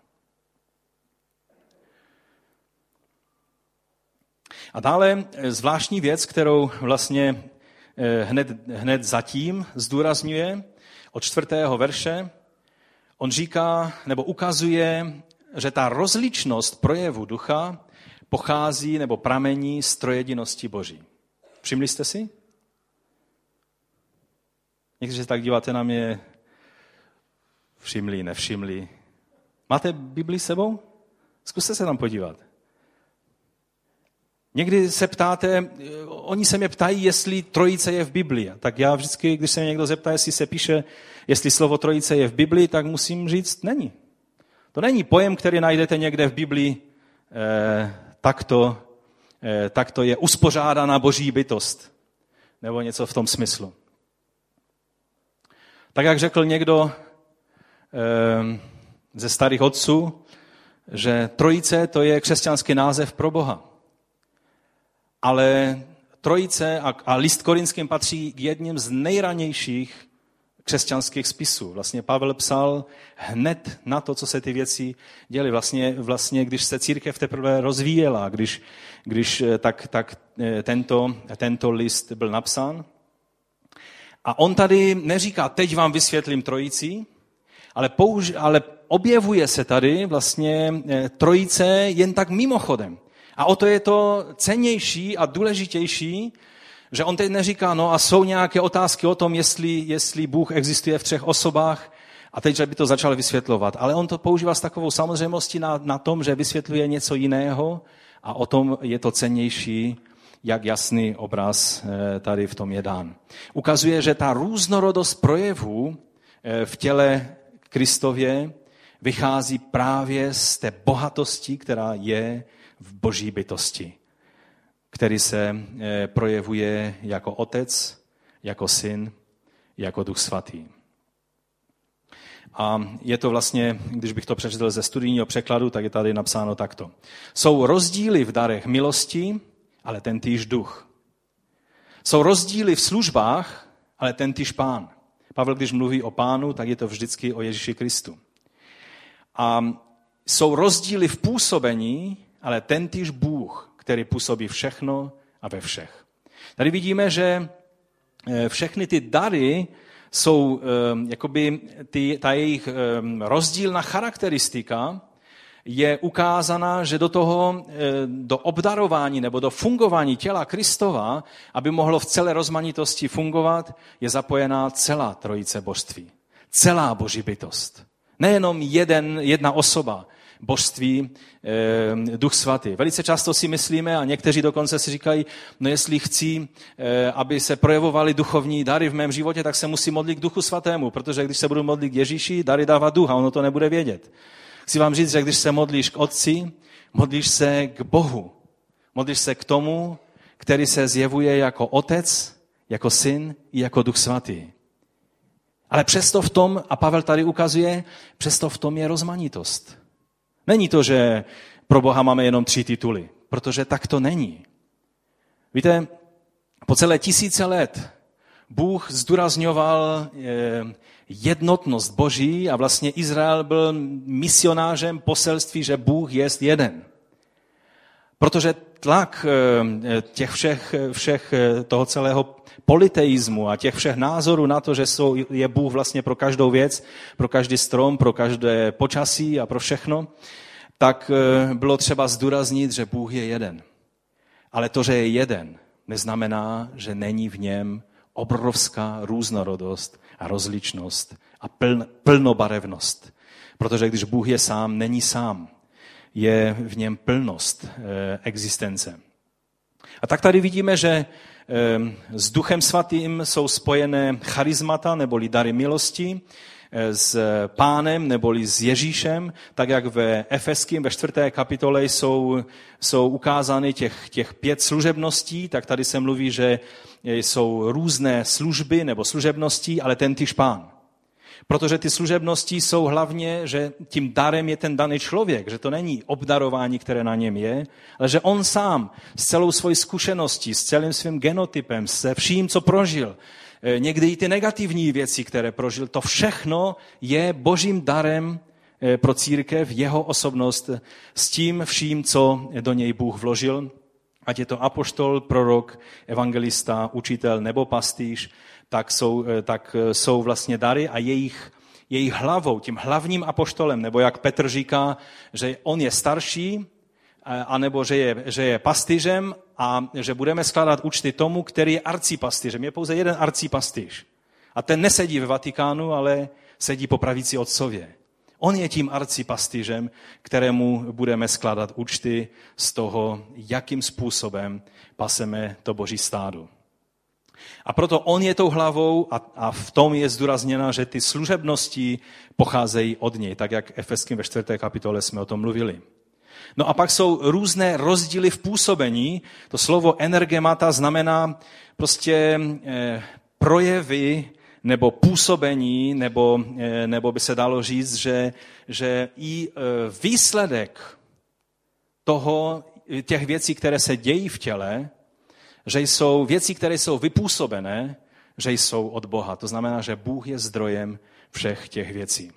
A dále zvláštní věc, kterou vlastně hned zatím zdůrazňuje, od 4. verše, on říká, nebo ukazuje, že ta rozličnost projevu ducha pochází nebo pramení z trojedinosti Boží. Všimli jste si? Někteří se tak díváte na mě, všimli, nevšimli. Máte Bibli s sebou? Zkuste se tam podívat. Někdy se ptáte, oni se mě ptají, jestli trojice je v Biblii. Tak já vždycky, když se mě někdo zeptá, jestli se píše, jestli slovo trojice je v Biblii, tak musím říct, není. To není pojem, který najdete někde v Biblii, takto je uspořádaná Boží bytost. Nebo něco v tom smyslu. Tak jak řekl někdo ze starých otců, že trojice to je křesťanský název pro Boha. Ale trojice a list Korinským patří k jedním z nejranějších křesťanských spisů. Vlastně Pavel psal hned na to, co se ty věci děly. Vlastně když se církev teprve rozvíjela, když tento list byl napsán. A on tady neříká, teď vám vysvětlím trojici, ale objevuje se tady vlastně trojice jen tak mimochodem. A o to je to cennější a důležitější, že on teď neříká, no a jsou nějaké otázky o tom, jestli Bůh existuje v 3 osobách a teď, že by to začal vysvětlovat. Ale on to používá s takovou samozřejmostí na tom, že vysvětluje něco jiného a o tom je to cennější, jak jasný obraz tady v tom je dán. Ukazuje, že ta různorodost projevů v těle Kristově vychází právě z té bohatosti, která je v Boží bytosti, který se projevuje jako Otec, jako Syn, jako Duch Svatý. A je to vlastně, když bych to přečetl ze studijního překladu, tak je tady napsáno takto. Jsou rozdíly v darech milosti, ale tentýž duch. Jsou rozdíly v službách, ale tentýž Pán. Pavel, když mluví o Pánu, tak je to vždycky o Ježíši Kristu. A jsou rozdíly v působení, ale tentýž Bůh, který působí všechno a ve všech. Tady vidíme, že všechny ty dary jsou, jakoby ta jejich rozdílná charakteristika je ukázána, že do obdarování nebo do fungování těla Kristova, aby mohlo v celé rozmanitosti fungovat, je zapojená celá trojice božství. Celá Boží bytost. Nejenom jedna osoba božství, Duch Svatý. Velice často si myslíme, a někteří dokonce si říkají, no jestli chci, aby se projevovaly duchovní dary v mém životě, tak se musím modlit k Duchu Svatému, protože když se budu modlit k Ježíši, dary dává Duch a ono to nebude vědět. Chci vám říct, že když se modlíš k Otci, modlíš se k Bohu. Modlíš se k tomu, který se zjevuje jako Otec, jako Syn i jako Duch Svatý. Ale přesto v tom, a Pavel tady ukazuje, přesto v tom je rozmanitost. Není to, že pro Boha máme jenom 3 tituly, protože tak to není. Víte, po celé 1000 let Bůh zdůrazňoval jednotnost Boží a vlastně Izrael byl misionářem poselství, že Bůh je jeden. Protože tlak těch všech toho celého politeismu a těch všech názorů na to, že je Bůh vlastně pro každou věc, pro každý strom, pro každé počasí a pro všechno, tak bylo třeba zdůraznit, že Bůh je jeden. Ale to, že je jeden, neznamená, že není v něm obrovská různorodost a rozličnost a plnobarevnost. Protože když Bůh je sám, není sám. Je v něm plnost existence. A tak tady vidíme, že s Duchem Svatým jsou spojené charismata neboli dary milosti, s Pánem neboli s Ježíšem, tak jak ve Efeským ve 4. kapitole jsou ukázány těch 5 služebností, tak tady se mluví, že jsou různé služby nebo služebnosti, ale tentýž Pán. Protože ty služebnosti jsou hlavně, že tím darem je ten daný člověk, že to není obdarování, které na něm je, ale že on sám s celou svojí zkušeností, s celým svým genotypem, se vším, co prožil, někdy i ty negativní věci, které prožil, to všechno je Božím darem pro církev, jeho osobnost, s tím vším, co do něj Bůh vložil. ať je to apoštol, prorok, evangelista, učitel nebo pastýř, tak jsou vlastně dary a jejich hlavou, tím hlavním apoštolem, nebo jak Petr říká, že on je starší, anebo že je pastýřem a že budeme skládat účty tomu, který je arcipastýřem. Je pouze jeden arcipastýř. A ten nesedí ve Vatikánu, ale sedí po pravici otcově. On je tím arcipastýřem, kterému budeme skládat účty z toho, jakým způsobem paseme to boží stádo. A proto on je tou hlavou a v tom je zdůrazněna, že ty služebnosti pocházejí od něj, tak jak Efeským ve 4. kapitole jsme o tom mluvili. No a pak jsou různé rozdíly v působení. To slovo energemata znamená prostě projevy nebo působení, nebo by se dalo říct, že i výsledek těch věcí, které se dějí v těle, že jsou věci, které jsou vypůsobené, že jsou od Boha. To znamená, že Bůh je zdrojem všech těch věcí.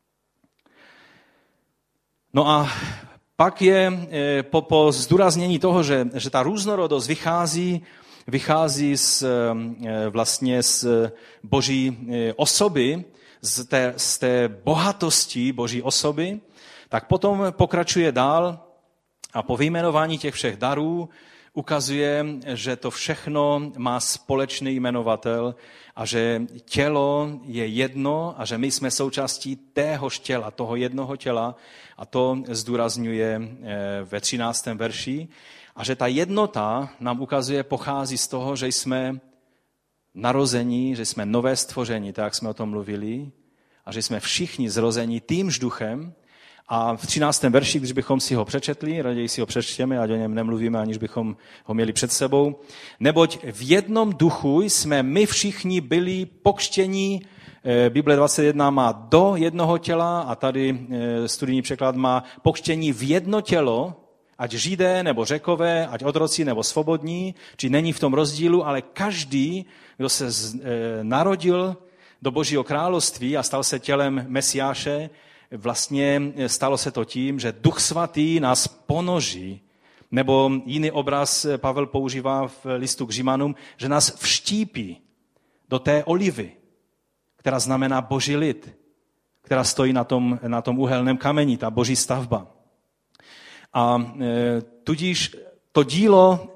No a pak je po zdůraznění toho, že ta různorodost vychází vlastně z boží osoby, z té bohatosti boží osoby, tak potom pokračuje dál a po vyjmenování těch všech darů ukazuje, že to všechno má společný jmenovatel a že tělo je jedno a že my jsme součástí téhož těla, toho jednoho těla a to zdůrazňuje ve 13. verši. A že ta jednota nám ukazuje, pochází z toho, že jsme narození, že jsme nové stvoření, tak jak jsme o tom mluvili, a že jsme všichni zrození týmž duchem. A v 13. verši, když bychom si ho přečetli, raději si ho přečtěme, ať o něm nemluvíme, aniž bychom ho měli před sebou. Neboť v jednom duchu jsme my všichni byli pokřtění, Bible 21 má do jednoho těla a tady studijní překlad má pokřtění v jedno tělo, ať Židé nebo Řekové, ať otroci nebo svobodní, či není v tom rozdílu, ale každý, kdo se narodil do Božího království a stal se tělem Mesiáše, vlastně stalo se to tím, že Duch Svatý nás ponoží, nebo jiný obraz Pavel používá v listu k Římanům, že nás vštípí do té olivy, která znamená Boží lid, která stojí na tom uhelném kameni, ta Boží stavba. A tudíž to dílo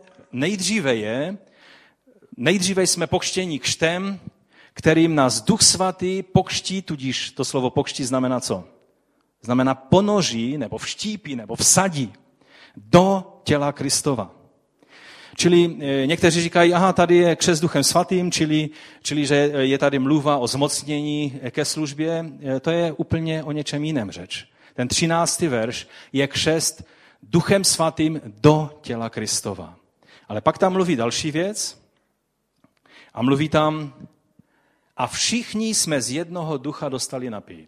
nejdříve jsme pokřtěni křtem, kterým nás Duch Svatý pokřtí, tudíž to slovo pokřtí znamená co? Znamená ponoží, nebo vštípí, nebo vsadí do těla Kristova. Čili někteří říkají, aha, tady je křest Duchem Svatým, čili že je tady mluva o zmocnění ke službě. To je úplně o něčem jiném řeč. Ten 13. verš je křest Duchem Svatým do těla Kristova. Ale pak tam mluví další věc a mluví tam, a všichni jsme z jednoho ducha dostali napít.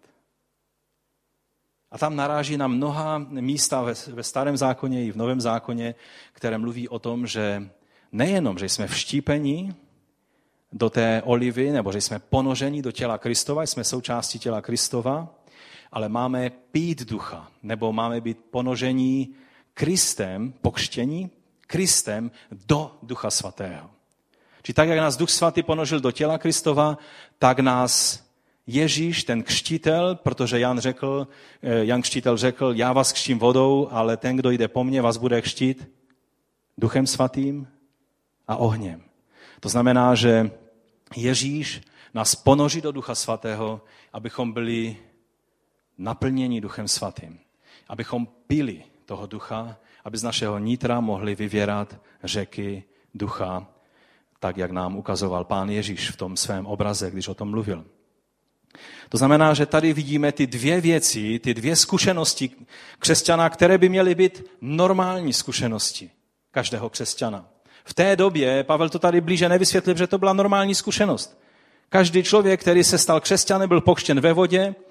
A tam naráží na mnoha místa ve Starém zákoně i v Novém zákoně, které mluví o tom, že nejenom, že jsme vštípeni do té olivy, nebo že jsme ponoženi do těla Kristova, jsme součástí těla Kristova, ale máme pít ducha, nebo máme být ponožení Kristem, pokřtění Kristem do Ducha Svatého. Či tak, jak nás Duch Svatý ponožil do těla Kristova, tak nás Ježíš, ten křtitel, protože Jan křtitel řekl, já vás křtím vodou, ale ten, kdo jde po mně, vás bude křtít Duchem Svatým a ohněm. To znamená, že Ježíš nás ponoří do Ducha Svatého, abychom byli naplněni Duchem Svatým. Abychom pili toho ducha, aby z našeho nitra mohly vyvěrat řeky ducha, tak jak nám ukazoval Pán Ježíš v tom svém obraze, když o tom mluvil. To znamená, že tady vidíme ty dvě věci, ty dvě zkušenosti křesťana, které by měly být normální zkušenosti každého křesťana. V té době, Pavel to tady blíže nevysvětlil, že to byla normální zkušenost. Každý člověk, který se stal křesťanem, byl pokřtěn ve vodě,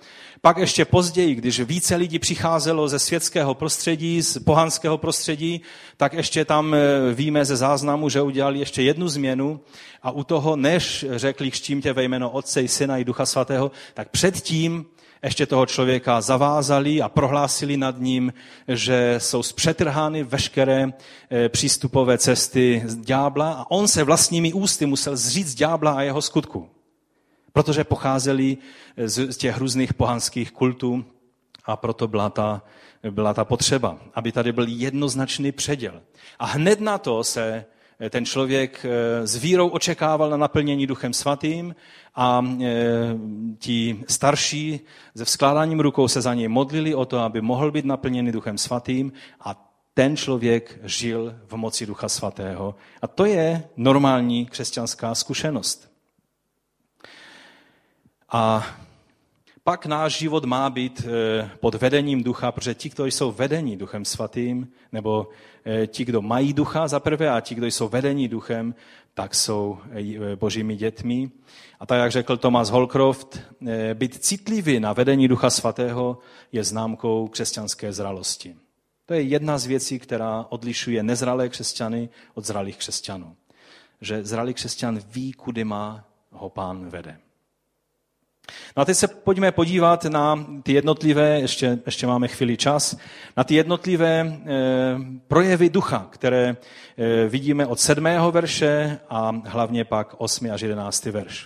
Pak ještě později, když více lidí přicházelo ze světského prostředí, z pohanského prostředí, tak ještě tam víme ze záznamu, že udělali ještě jednu změnu a u toho, než řekli křtím tě ve jméno Otce i Syna i Ducha Svatého, tak předtím ještě toho člověka zavázali a prohlásili nad ním, že jsou zpřetrhány veškeré přístupové cesty z ďábla a on se vlastními ústy musel zříct ďábla a jeho skutku. Protože pocházeli z těch různých pohanských kultů a proto byla ta potřeba, aby tady byl jednoznačný předěl. A hned na to se ten člověk s vírou očekával na naplnění Duchem Svatým a ti starší se vzkládáním rukou se za něj modlili o to, aby mohl být naplněný Duchem Svatým a ten člověk žil v moci Ducha Svatého. A to je normální křesťanská zkušenost. A pak náš život má být pod vedením ducha, protože ti, kdo jsou vedení Duchem Svatým, nebo ti, kdo mají ducha za prvé a ti, kdo jsou vedení duchem, tak jsou božími dětmi. A tak, jak řekl Thomas Holcroft, být citlivý na vedení Ducha Svatého je známkou křesťanské zralosti. To je jedna z věcí, která odlišuje nezralé křesťany od zralých křesťanů. Že zralý křesťan ví, kudy má ho Pán vede. No a teď se pojďme podívat na ty jednotlivé, ještě máme chvíli čas, na ty jednotlivé projevy ducha, které vidíme od 7. verše a hlavně pak 8. až 11. verš.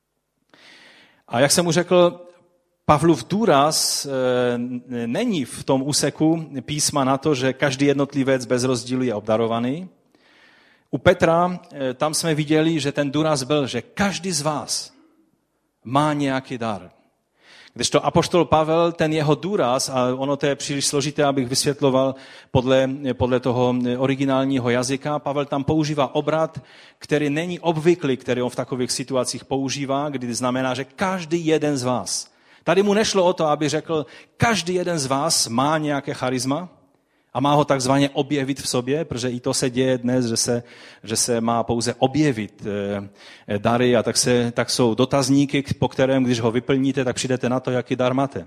A jak jsem už řekl, Pavlův důraz není v tom úseku písma na to, že každý jednotlivec bez rozdílu je obdarovaný. U Petra tam jsme viděli, že ten důraz byl, že každý z vás má nějaký dar. Kdežto apoštol Pavel, ten jeho důraz, a ono to je příliš složité, abych vysvětloval podle toho originálního jazyka, Pavel tam používá obrat, který není obvyklý, který on v takových situacích používá, kdy znamená, že každý jeden z vás. Tady mu nešlo o to, aby řekl, každý jeden z vás má nějaké charisma a má ho takzvaně objevit v sobě, protože i to se děje dnes, že se má pouze objevit dary a tak jsou dotazníky, po kterém, když ho vyplníte, tak přijdete na to, jaký dar máte.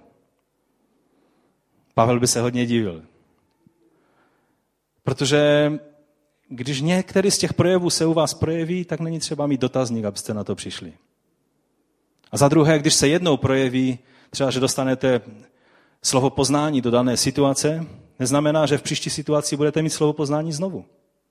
Pavel by se hodně divil. Protože když některý z těch projevů se u vás projeví, tak není třeba mít dotazník, abyste na to přišli. A za druhé, když se jednou projeví, třeba, že dostanete slovo poznání do dané situace, neznamená, že v příští situaci budete mít slovo poznání znovu.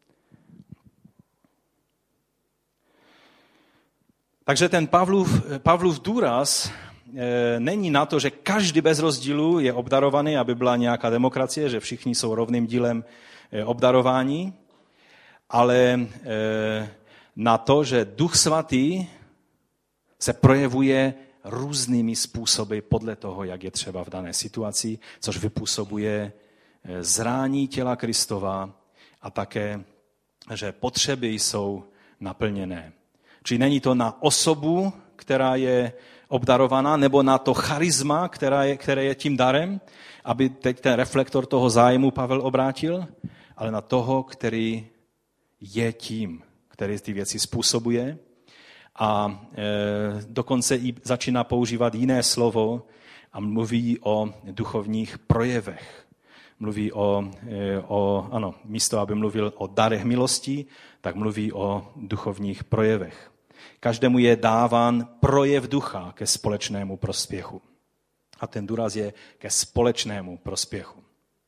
Takže ten Pavlův důraz není na to, že každý bez rozdílu je obdarovaný, aby byla nějaká demokracie, že všichni jsou rovným dílem obdarování, ale na to, že Duch Svatý se projevuje různými způsoby podle toho, jak je třeba v dané situaci, což vypůsobuje zrání těla Kristova a také, že potřeby jsou naplněné. Čili není to na osobu, která je obdarovaná, nebo na to charisma, které je tím darem, aby teď ten reflektor toho zájmu Pavel obrátil, ale na toho, který je tím, který ty věci způsobuje. A dokonce i začíná používat jiné slovo a mluví o duchovních projevech. Mluví místo, aby mluvil o darech milosti, tak mluví o duchovních projevech. Každému je dáván projev ducha ke společnému prospěchu. A ten důraz je ke společnému prospěchu.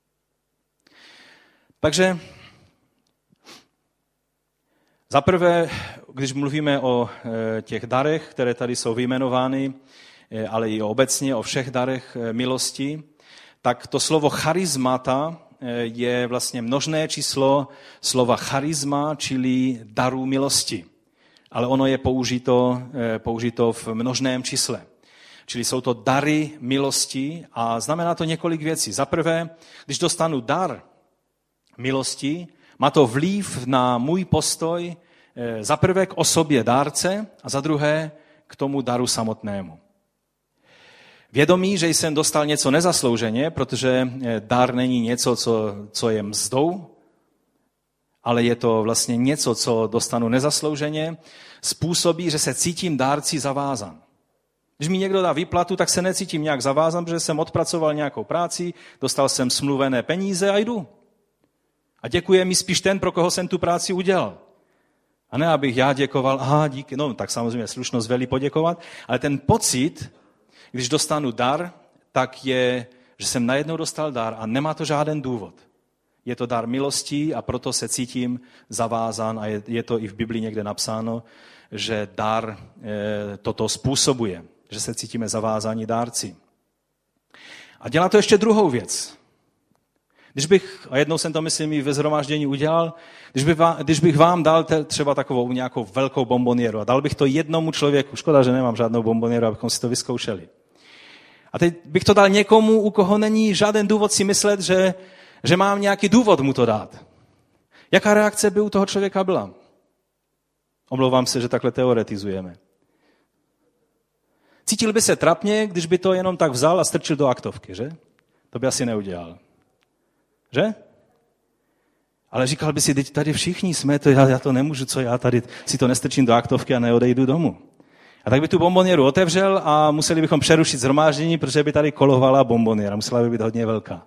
Takže zaprvé, když mluvíme o těch darech, které tady jsou vyjmenovány, ale i obecně o všech darech milosti, tak to slovo charizmata je vlastně množné číslo slova charisma, čili darů milosti. Ale ono je použito v množném čísle. Čili jsou to dary milosti a znamená to několik věcí. Za prvé, když dostanu dar milosti, má to vliv na můj postoj za prvé k osobě dárce a za druhé k tomu daru samotnému. Vědomí, že jsem dostal něco nezaslouženě, protože dar není něco, co je mzdou, ale je to vlastně něco, co dostanu nezaslouženě, způsobí, že se cítím dárci zavázan. Když mi někdo dá výplatu, tak se necítím nějak zavázán, protože jsem odpracoval nějakou práci, dostal jsem smluvené peníze a jdu. A děkuje mi spíš ten, pro koho jsem tu práci udělal. A ne, abych já děkoval, díky, no tak samozřejmě slušnost velí poděkovat, ale ten pocit, když dostanu dar, tak je, že jsem najednou dostal dar a nemá to žádný důvod. Je to dar milostí a proto se cítím zavázán a je to i v Biblii někde napsáno, že dar toto způsobuje, že se cítíme zavázáni dárci. A dělá to ještě druhou věc. A jednou jsem to, myslím, i ve shromáždění udělal, když bych vám dal třeba takovou nějakou velkou bombonieru a dal bych to jednomu člověku, škoda, že nemám žádnou bombonieru, abychom si to vyzkoušeli. A teď bych to dal někomu, u koho není žádný důvod si myslet, že mám nějaký důvod mu to dát. Jaká reakce by u toho člověka byla? Omlouvám se, že takhle teoretizujeme. Cítil by se trapně, když by to jenom tak vzal a strčil do aktovky, že? To by asi neudělal. Že? Ale říkal by si, teď tady všichni jsme, já to nemůžu, co já tady si to nestrčím do aktovky a neodejdu domů. A tak by tu bombonieru otevřel a museli bychom přerušit shromáždění, protože by tady kolovala bomboniera, musela by být hodně velká.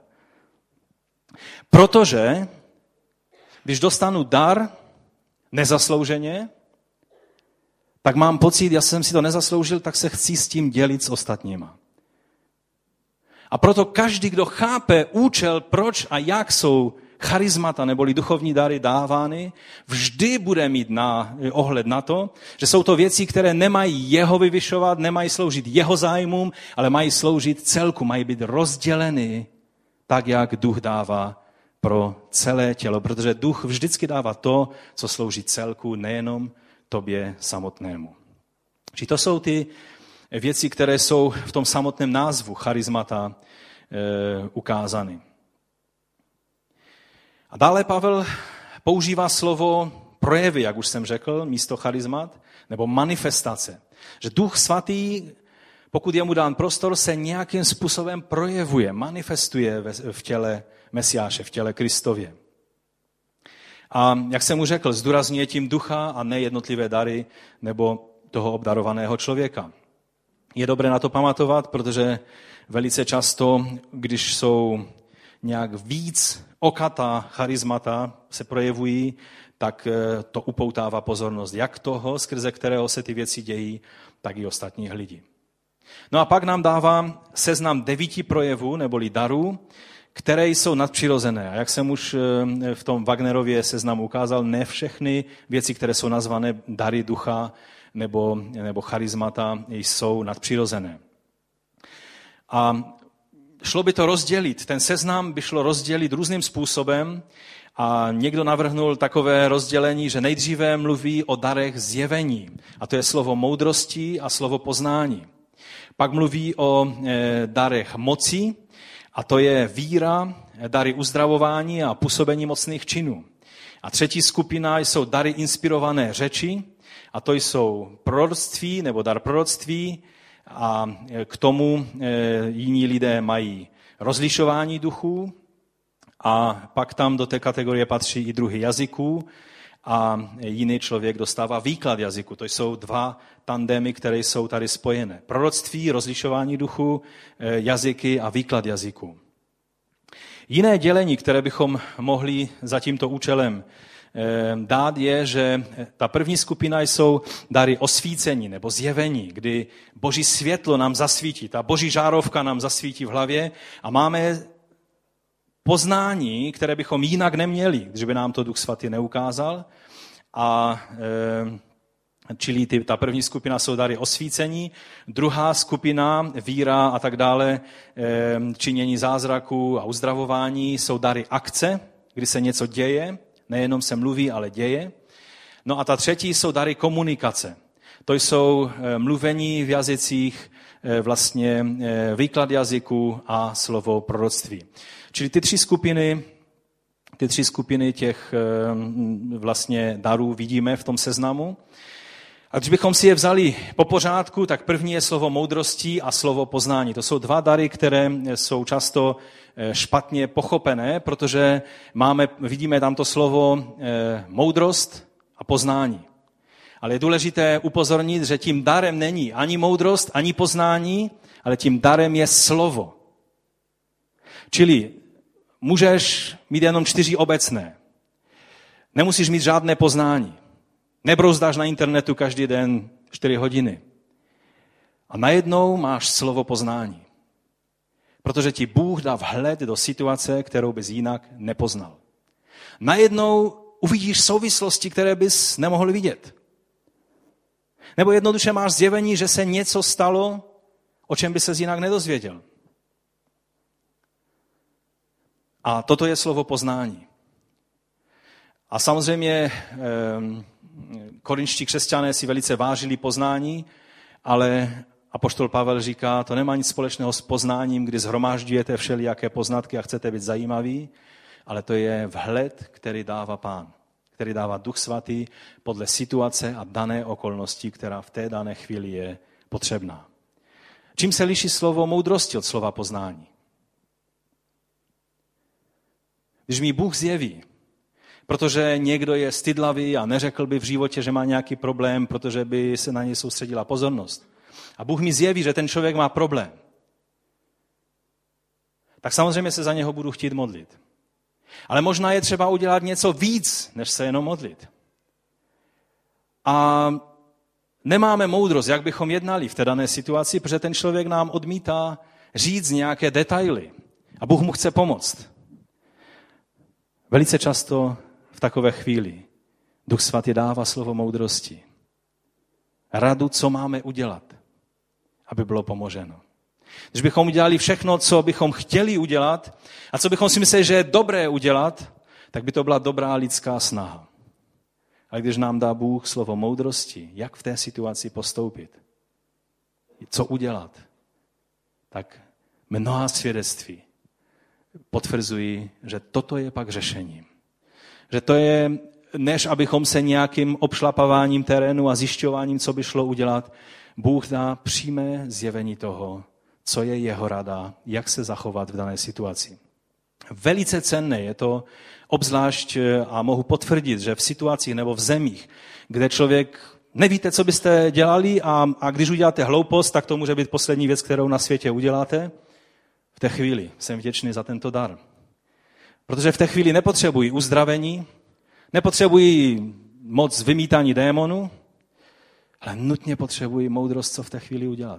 Protože, když dostanu dar nezaslouženě, tak mám pocit, já jsem si to nezasloužil, tak se chci s tím dělit s ostatníma. A proto každý, kdo chápe účel, proč a jak jsou charismata neboli duchovní dary dávány, vždy bude mít ohled na to, že jsou to věci, které nemají jeho vyvyšovat, nemají sloužit jeho zájmům, ale mají sloužit celku, mají být rozděleny tak, jak duch dává pro celé tělo, protože duch vždycky dává to, co slouží celku, nejenom tobě samotnému. Či to jsou ty věci, které jsou v tom samotném názvu charismata ukázány. A dále Pavel používá slovo projevy, jak už jsem řekl, místo charizmat, nebo manifestace. Že Duch Svatý, pokud je mu dán prostor, se nějakým způsobem projevuje, manifestuje v těle Mesiáše, v těle Kristově. A jak jsem mu řekl, zdůrazňuje tím ducha a ne jednotlivé dary nebo toho obdarovaného člověka. Je dobré na to pamatovat, protože velice často, když jsou nějak víc okatá charismata se projevují, tak to upoutává pozornost jak toho, skrze kterého se ty věci dějí, tak i ostatních lidí. No a pak nám dává seznam 9 projevů, neboli darů, které jsou nadpřirozené. A jak jsem už v tom Wagnerově seznamu ukázal, ne všechny věci, které jsou nazvané dary ducha nebo charismata, jsou nadpřirozené. A šlo by to rozdělit, ten seznam by šlo rozdělit různým způsobem a někdo navrhnul takové rozdělení, že nejdříve mluví o darech zjevení. A to je slovo moudrosti a slovo poznání. Pak mluví o darech moci, a to je víra, dary uzdravování a působení mocných činů. A třetí skupina jsou dary inspirované řeči, a to jsou proroctví nebo dar proroctví, a k tomu jiní lidé mají rozlišování duchů a pak tam do té kategorie patří i druhy jazyků a jiný člověk dostává výklad jazyku. To jsou 2 tandemy, které jsou tady spojené. Proroctví, rozlišování duchů, jazyky a výklad jazyků. Jiné dělení, které bychom mohli za tímto účelem dát, je, že ta první skupina jsou dary osvícení nebo zjevení, kdy Boží světlo nám zasvítí, ta Boží žárovka nám zasvítí v hlavě a máme poznání, které bychom jinak neměli, když by nám to Duch Svatý neukázal. Čili ta první skupina jsou dary osvícení, druhá skupina, víra a tak dále, činění zázraků a uzdravování, jsou dary akce, kdy se něco děje, nejenom se mluví, ale děje. No a ta třetí jsou dary komunikace. To jsou mluvení v jazycích, vlastně výklad jazyku a slovo proroctví. Čili ty tři skupiny těch vlastně darů vidíme v tom seznamu. A když bychom si je vzali po pořádku, tak první je slovo moudrosti a slovo poznání. To jsou 2 dary, které jsou často špatně pochopené, protože vidíme tam to slovo moudrost a poznání. Ale je důležité upozornit, že tím darem není ani moudrost, ani poznání, ale tím darem je slovo. Čili můžeš mít jenom 4 obecné. Nemusíš mít žádné poznání. Nebrouzdáš na internetu každý den 4 hodiny. A najednou máš slovo poznání. Protože ti Bůh dá vhled do situace, kterou bys jinak nepoznal. Najednou uvidíš souvislosti, které bys nemohl vidět. Nebo jednoduše máš zjevení, že se něco stalo, o čem by ses jinak nedozvěděl. A toto je slovo poznání. A samozřejmě korinští křesťané si velice vážili poznání, ale apoštol Pavel říká, to nemá nic společného s poznáním, kdy shromážďujete všelijaké poznatky a chcete být zajímaví, ale to je vhled, který dává Pán, který dává Duch Svatý podle situace a dané okolnosti, která v té dané chvíli je potřebná. Čím se liší slovo moudrosti od slova poznání? Když mi Bůh zjeví, protože někdo je stydlavý a neřekl by v životě, že má nějaký problém, protože by se na něj soustředila pozornost. A Bůh mi zjeví, že ten člověk má problém. Tak samozřejmě se za něho budu chtít modlit. Ale možná je třeba udělat něco víc, než se jenom modlit. A nemáme moudrost, jak bychom jednali v té dané situaci, protože ten člověk nám odmítá říct nějaké detaily. A Bůh mu chce pomoct. Velice často v takové chvíli Duch Svatý dává slovo moudrosti. Radu, co máme udělat, aby bylo pomoženo. Když bychom udělali všechno, co bychom chtěli udělat a co bychom si mysleli, že je dobré udělat, tak by to byla dobrá lidská snaha. Ale když nám dá Bůh slovo moudrosti, jak v té situaci postoupit, co udělat, tak mnoha svědectví potvrzují, že toto je pak řešením. Že to je, než abychom se nějakým obšlapaváním terénu a zjišťováním, co by šlo udělat, Bůh dá přímé zjevení toho, co je jeho rada, jak se zachovat v dané situaci. Velice cenné je to, obzvlášť a mohu potvrdit, že v situacích nebo v zemích, kde člověk nevíte, co byste dělali a když uděláte hloupost, tak to může být poslední věc, kterou na světě uděláte. V té chvíli jsem vděčný za tento dar. Protože v té chvíli nepotřebují uzdravení, nepotřebují moc vymítání démonů, ale nutně potřebují moudrost, co v té chvíli udělat.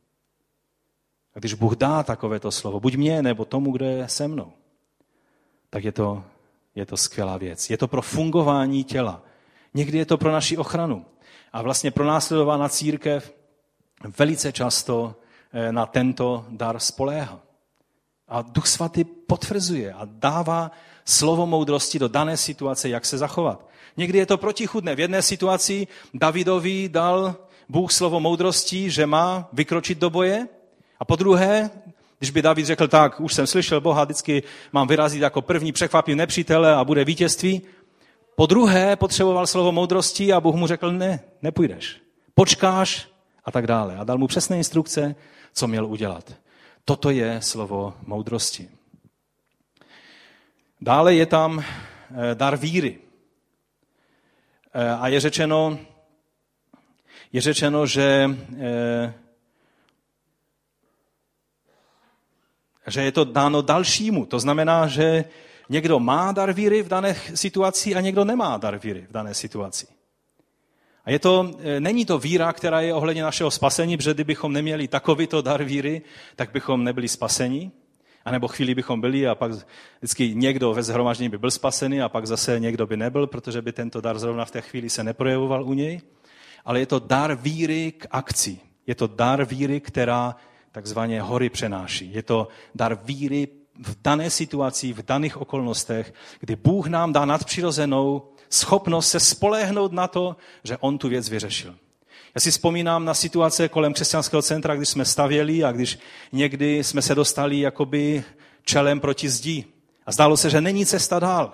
A když Bůh dá takovéto slovo, buď mně, nebo tomu, kdo je se mnou, tak je to skvělá věc. Je to pro fungování těla. Někdy je to pro naši ochranu. A vlastně pronásledovaná církev velice často na tento dar spoléhá. A Duch Svatý potvrzuje a dává slovo moudrosti do dané situace, jak se zachovat. Někdy je to protichůdné. V jedné situaci Davidovi dal Bůh slovo moudrosti, že má vykročit do boje. A po druhé, když by David řekl, tak už jsem slyšel Boha, vždycky mám vyrazit jako první, překvapím nepřítele a bude vítězství. Po druhé potřeboval slovo moudrosti a Bůh mu řekl, ne, nepůjdeš. Počkáš a tak dále. A dal mu přesné instrukce, co měl udělat. Toto je slovo moudrosti. Dále je tam dar víry. A je řečeno, že je to dáno dalšímu. To znamená, že někdo má dar víry v dané situaci a někdo nemá dar víry v dané situaci. A není to víra, která je ohledně našeho spasení, protože kdybychom neměli takovýto dar víry, tak bychom nebyli spaseni, anebo chvíli bychom byli a pak vždycky někdo ve shromaždění by byl spasený a pak zase někdo by nebyl, protože by tento dar zrovna v té chvíli se neprojevoval u něj. Ale je to dar víry k akci. Je to dar víry, která takzvaně hory přenáší. Je to dar víry v dané situaci, v daných okolnostech, kdy Bůh nám dá nadpřirozenou schopnost se spoléhnout na to, že on tu věc vyřešil. Já si vzpomínám na situace kolem křesťanského centra, když jsme stavěli a když někdy jsme se dostali jakoby čelem proti zdi. A zdálo se, že není cesta dál.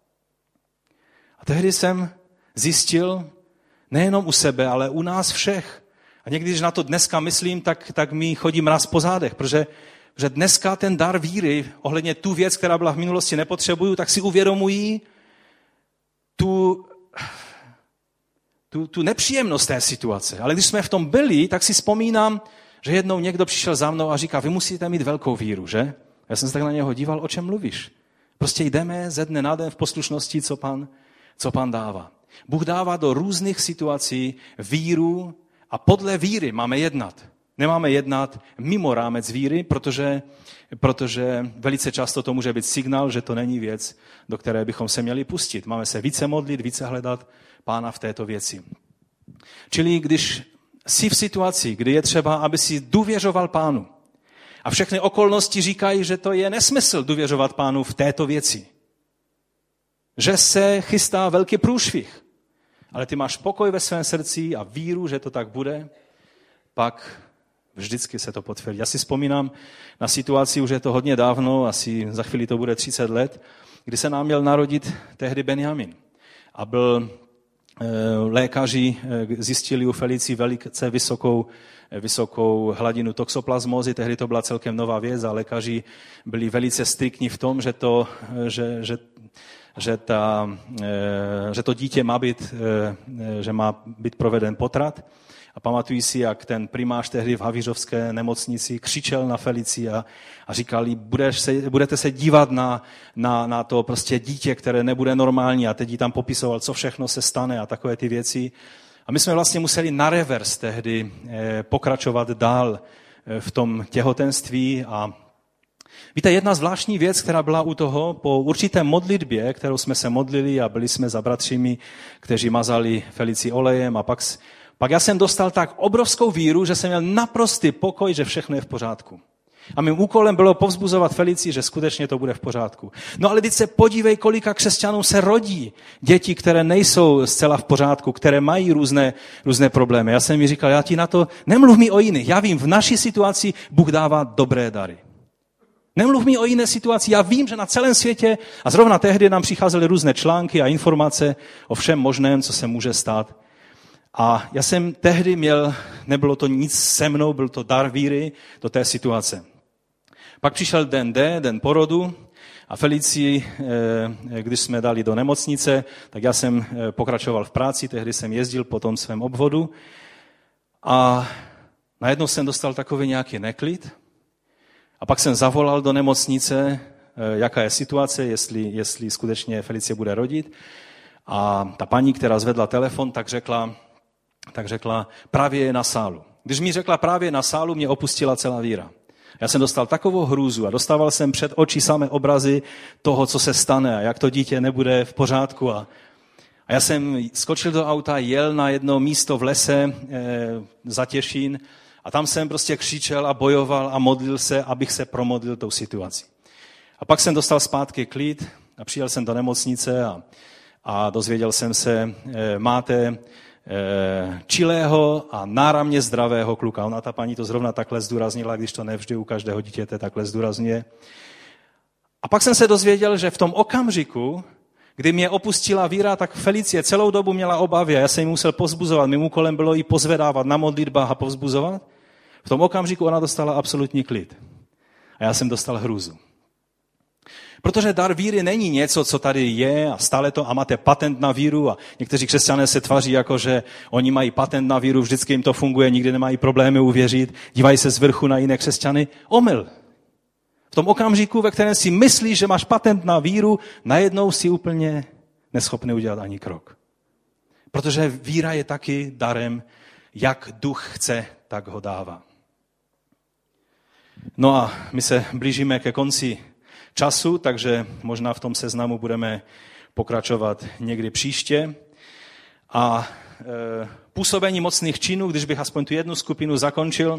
A tehdy jsem zjistil, nejenom u sebe, ale u nás všech. A někdy, když na to dneska myslím, tak mi chodí mraz po zádech, protože dneska ten dar víry, ohledně tu věc, která byla v minulosti nepotřebuju, tak si uvědomují tu tu nepříjemnost té situace. Ale když jsme v tom byli, tak si vzpomínám, že jednou někdo přišel za mnou a říká, vy musíte mít velkou víru, že? Já jsem se tak na něho díval, o čem mluvíš? Prostě jdeme ze dne na den v poslušnosti, co Pán dává. Bůh dává do různých situací víru a podle víry máme jednat. Nemáme jednat mimo rámec víry, protože velice často to může být signál, že to není věc, do které bychom se měli pustit. Máme se více modlit, více hledat Pána v této věci. Čili když jsi v situaci, kdy je třeba, aby si důvěřoval Pánu a všechny okolnosti říkají, že to je nesmysl důvěřovat Pánu v této věci, že se chystá velký průšvih, ale ty máš pokoj ve svém srdci a víru, že to tak bude, pak vždycky se to potvrdí. Já si vzpomínám na situaci, už je to hodně dávno, asi za chvíli to bude 30 let, kdy se nám měl narodit tehdy Benjamin. A lékaři zjistili u Felici velice vysokou hladinu toxoplasmózy, tehdy to byla celkem nová věc a lékaři byli velice striktní v tom, že to dítě má být proveden potrat. A pamatuji si, jak ten primář tehdy v Havířovské nemocnici křičel na Felici a říkali, budete se dívat na to prostě dítě, které nebude normální, a teď jí tam popisoval, co všechno se stane a takové ty věci. A my jsme vlastně museli na revers tehdy pokračovat dál v tom těhotenství. A víte, jedna zvláštní věc, která byla u toho, po určité modlitbě, kterou jsme se modlili a byli jsme za bratřími, kteří mazali Felici olejem, a pak já jsem dostal tak obrovskou víru, že jsem měl naprostý pokoj, že všechno je v pořádku. A mým úkolem bylo povzbuzovat Felici, že skutečně to bude v pořádku. No ale teď se podívej, kolika křesťanů se rodí děti, které nejsou zcela v pořádku, které mají různé problémy. Já jsem mi říkal, já ti na to, nemluv mi o jiných. Já vím, v naší situaci Bůh dává dobré dary. Nemluv mi o jiné situaci. Já vím, že na celém světě, a zrovna tehdy nám přicházely různé články a informace o všem možném, co se může stát. A já jsem tehdy nebylo to nic se mnou, byl to dar víry do té situace. Pak přišel den D, den porodu, a Felici, když jsme dali do nemocnice, tak já jsem pokračoval v práci, tehdy jsem jezdil po tom svém obvodu a najednou jsem dostal takový nějaký neklid a pak jsem zavolal do nemocnice, jaká je situace, jestli skutečně Felicie bude rodit. A ta paní, která zvedla telefon, tak řekla, právě je na sálu. Když mi řekla právě na sálu, mě opustila celá víra. Já jsem dostal takovou hrůzu a dostával jsem před oči samé obrazy toho, co se stane a jak to dítě nebude v pořádku. A já jsem skočil do auta, jel na jedno místo v lese za Těšín a tam jsem prostě křičel a bojoval a modlil se, abych se promodlil tou situací. A pak jsem dostal zpátky klid a přijel jsem do nemocnice a dozvěděl jsem se, máte čilého a náramně zdravého kluka. Ona, ta paní, to zrovna takhle zdůraznila, když to nevždy u každého dítěte takhle zdůrazňuje. A pak jsem se dozvěděl, že v tom okamžiku, kdy mě opustila víra, tak Felicie celou dobu měla obavy a já jsem ji musel povzbuzovat. Mým úkolem bylo ji pozvedávat na modlitbách a povzbuzovat. V tom okamžiku ona dostala absolutní klid. A já jsem dostal hrůzu. Protože dar víry není něco, co tady je a stále to a máte patent na víru a někteří křesťané se tvaří jako, že oni mají patent na víru, vždycky jim to funguje, nikdy nemají problémy uvěřit, dívají se z vrchu na jiné křesťany. Omyl. V tom okamžiku, ve kterém si myslíš, že máš patent na víru, najednou si úplně neschopný udělat ani krok. Protože víra je taky darem, jak duch chce, tak ho dává. No a my se blížíme ke konci času, takže možná v tom seznamu budeme pokračovat někdy příště. A působení mocných činů, když bych aspoň tu jednu skupinu zakončil,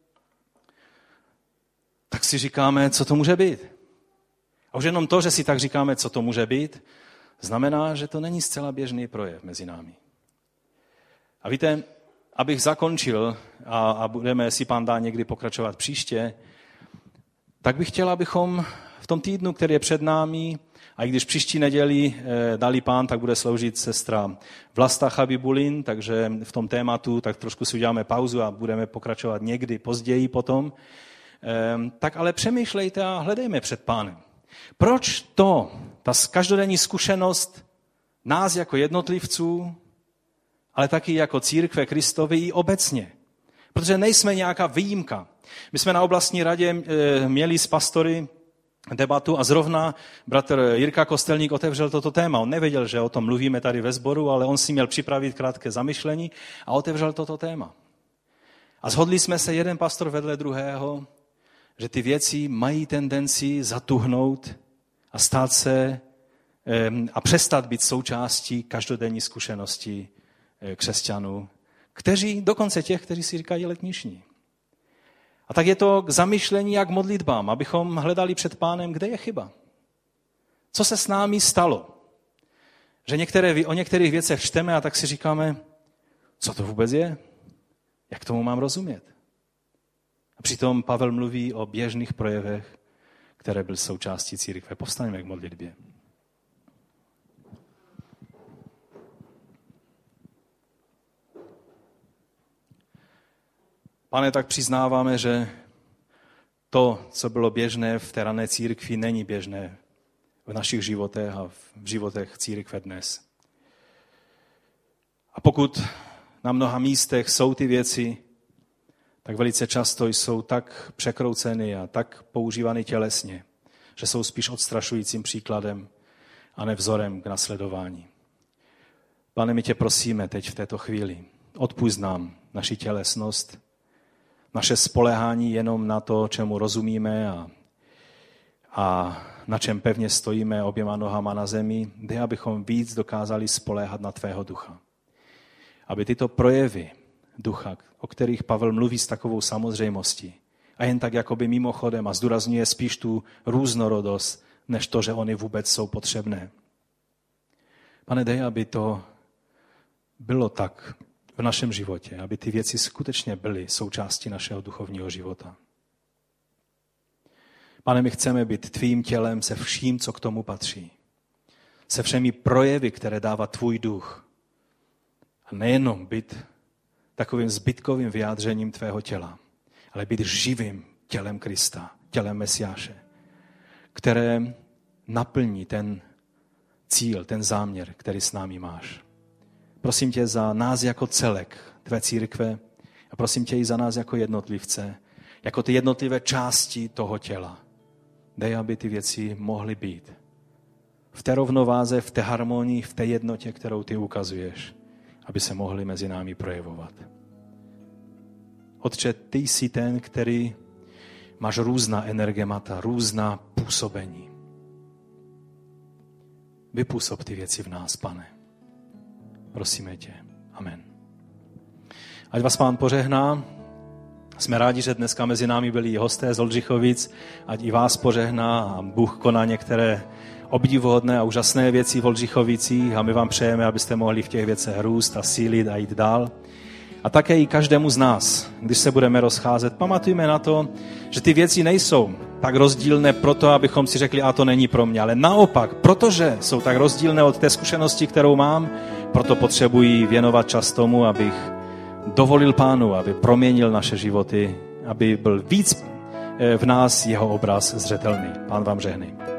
tak si říkáme, co to může být. A už jenom to, že si tak říkáme, co to může být, znamená, že to není zcela běžný projev mezi námi. A víte, abych zakončil a budeme si Pán dá někdy pokračovat příště, tak bych chtěl, abychom v tom týdnu, který je před námi, a i když příští neděli dali Pán, tak bude sloužit sestra Vlasta Chabibulin, takže v tom tématu tak trošku si uděláme pauzu a budeme pokračovat někdy později potom. Tak ale přemýšlejte a hledejme před Pánem. Proč ta každodenní zkušenost nás jako jednotlivců ale taky jako církve Kristovy i obecně. Protože nejsme nějaká výjimka. My jsme na oblastní radě měli s pastory debatu a zrovna bratr Jirka Kostelník otevřel toto téma. On nevěděl, že o tom mluvíme tady ve sboru, ale on si měl připravit krátké zamyšlení a otevřel toto téma. A shodli jsme se jeden pastor vedle druhého, že ty věci mají tendenci zatuhnout a stát se a přestat být součástí každodenní zkušenosti křesťanů, dokonce těch, kteří si říkají letniční. A tak je to k zamyšlení jak modlitbám, abychom hledali před Pánem, kde je chyba. Co se s námi stalo? Že o některých věcech čteme a tak si říkáme, co to vůbec je? Jak tomu mám rozumět? A přitom Pavel mluví o běžných projevech, které byly součástí církve. Povstaňme k modlitbě. Pane, tak přiznáváme, že to, co bylo běžné v té rané církvi, není běžné v našich životech a v životech církve dnes. A pokud na mnoha místech jsou ty věci, tak velice často jsou tak překrouceny a tak používány tělesně, že jsou spíš odstrašujícím příkladem a ne vzorem k nasledování. Pane, my tě prosíme teď v této chvíli, odpusť nám naši tělesnost, naše spoléhání jenom na to, čemu rozumíme a na čem pevně stojíme oběma nohama na zemi, dej, abychom víc dokázali spoléhat na tvého ducha. Aby tyto projevy ducha, o kterých Pavel mluví s takovou samozřejmostí, a jen tak jakoby mimochodem a zdůrazňuje spíš tu různorodost, než to, že oni vůbec jsou potřebné. Pane, dej, aby to bylo tak v našem životě, aby ty věci skutečně byly součástí našeho duchovního života. Pane, my chceme být tvým tělem se vším, co k tomu patří. Se všemi projevy, které dává tvůj duch. A nejenom být takovým zbytkovým vyjádřením tvého těla, ale být živým tělem Krista, tělem Mesiáše, které naplní ten cíl, ten záměr, který s námi máš. Prosím tě za nás jako celek tvé církve a prosím tě i za nás jako jednotlivce, jako ty jednotlivé části toho těla. Dej, aby ty věci mohly být v té rovnováze, v té harmonii, v té jednotě, kterou ty ukazuješ, aby se mohly mezi námi projevovat. Otče, ty jsi ten, který máš různá energemata, různá působení. Vypůsob ty věci v nás, Pane. Prosíme tě. Amen. Ať vás Pán požehná. Jsme rádi, že dneska mezi námi byli hosté z Oldřichovic. Ať i vás požehná a Bůh koná některé obdivuhodné a úžasné věci v Oldřichovicích a my vám přejeme, abyste mohli v těch věcech růst a sílit a jít dál. A také i každému z nás, když se budeme rozcházet, pamatujme na to, že ty věci nejsou tak rozdílné proto, abychom si řekli, a to není pro mě, ale naopak, protože jsou tak rozdílné od té zkušenosti, kterou mám, proto potřebuji věnovat čas tomu, abych dovolil Pánu, aby proměnil naše životy, aby byl víc v nás jeho obraz zřetelný. Pán vám žehnej.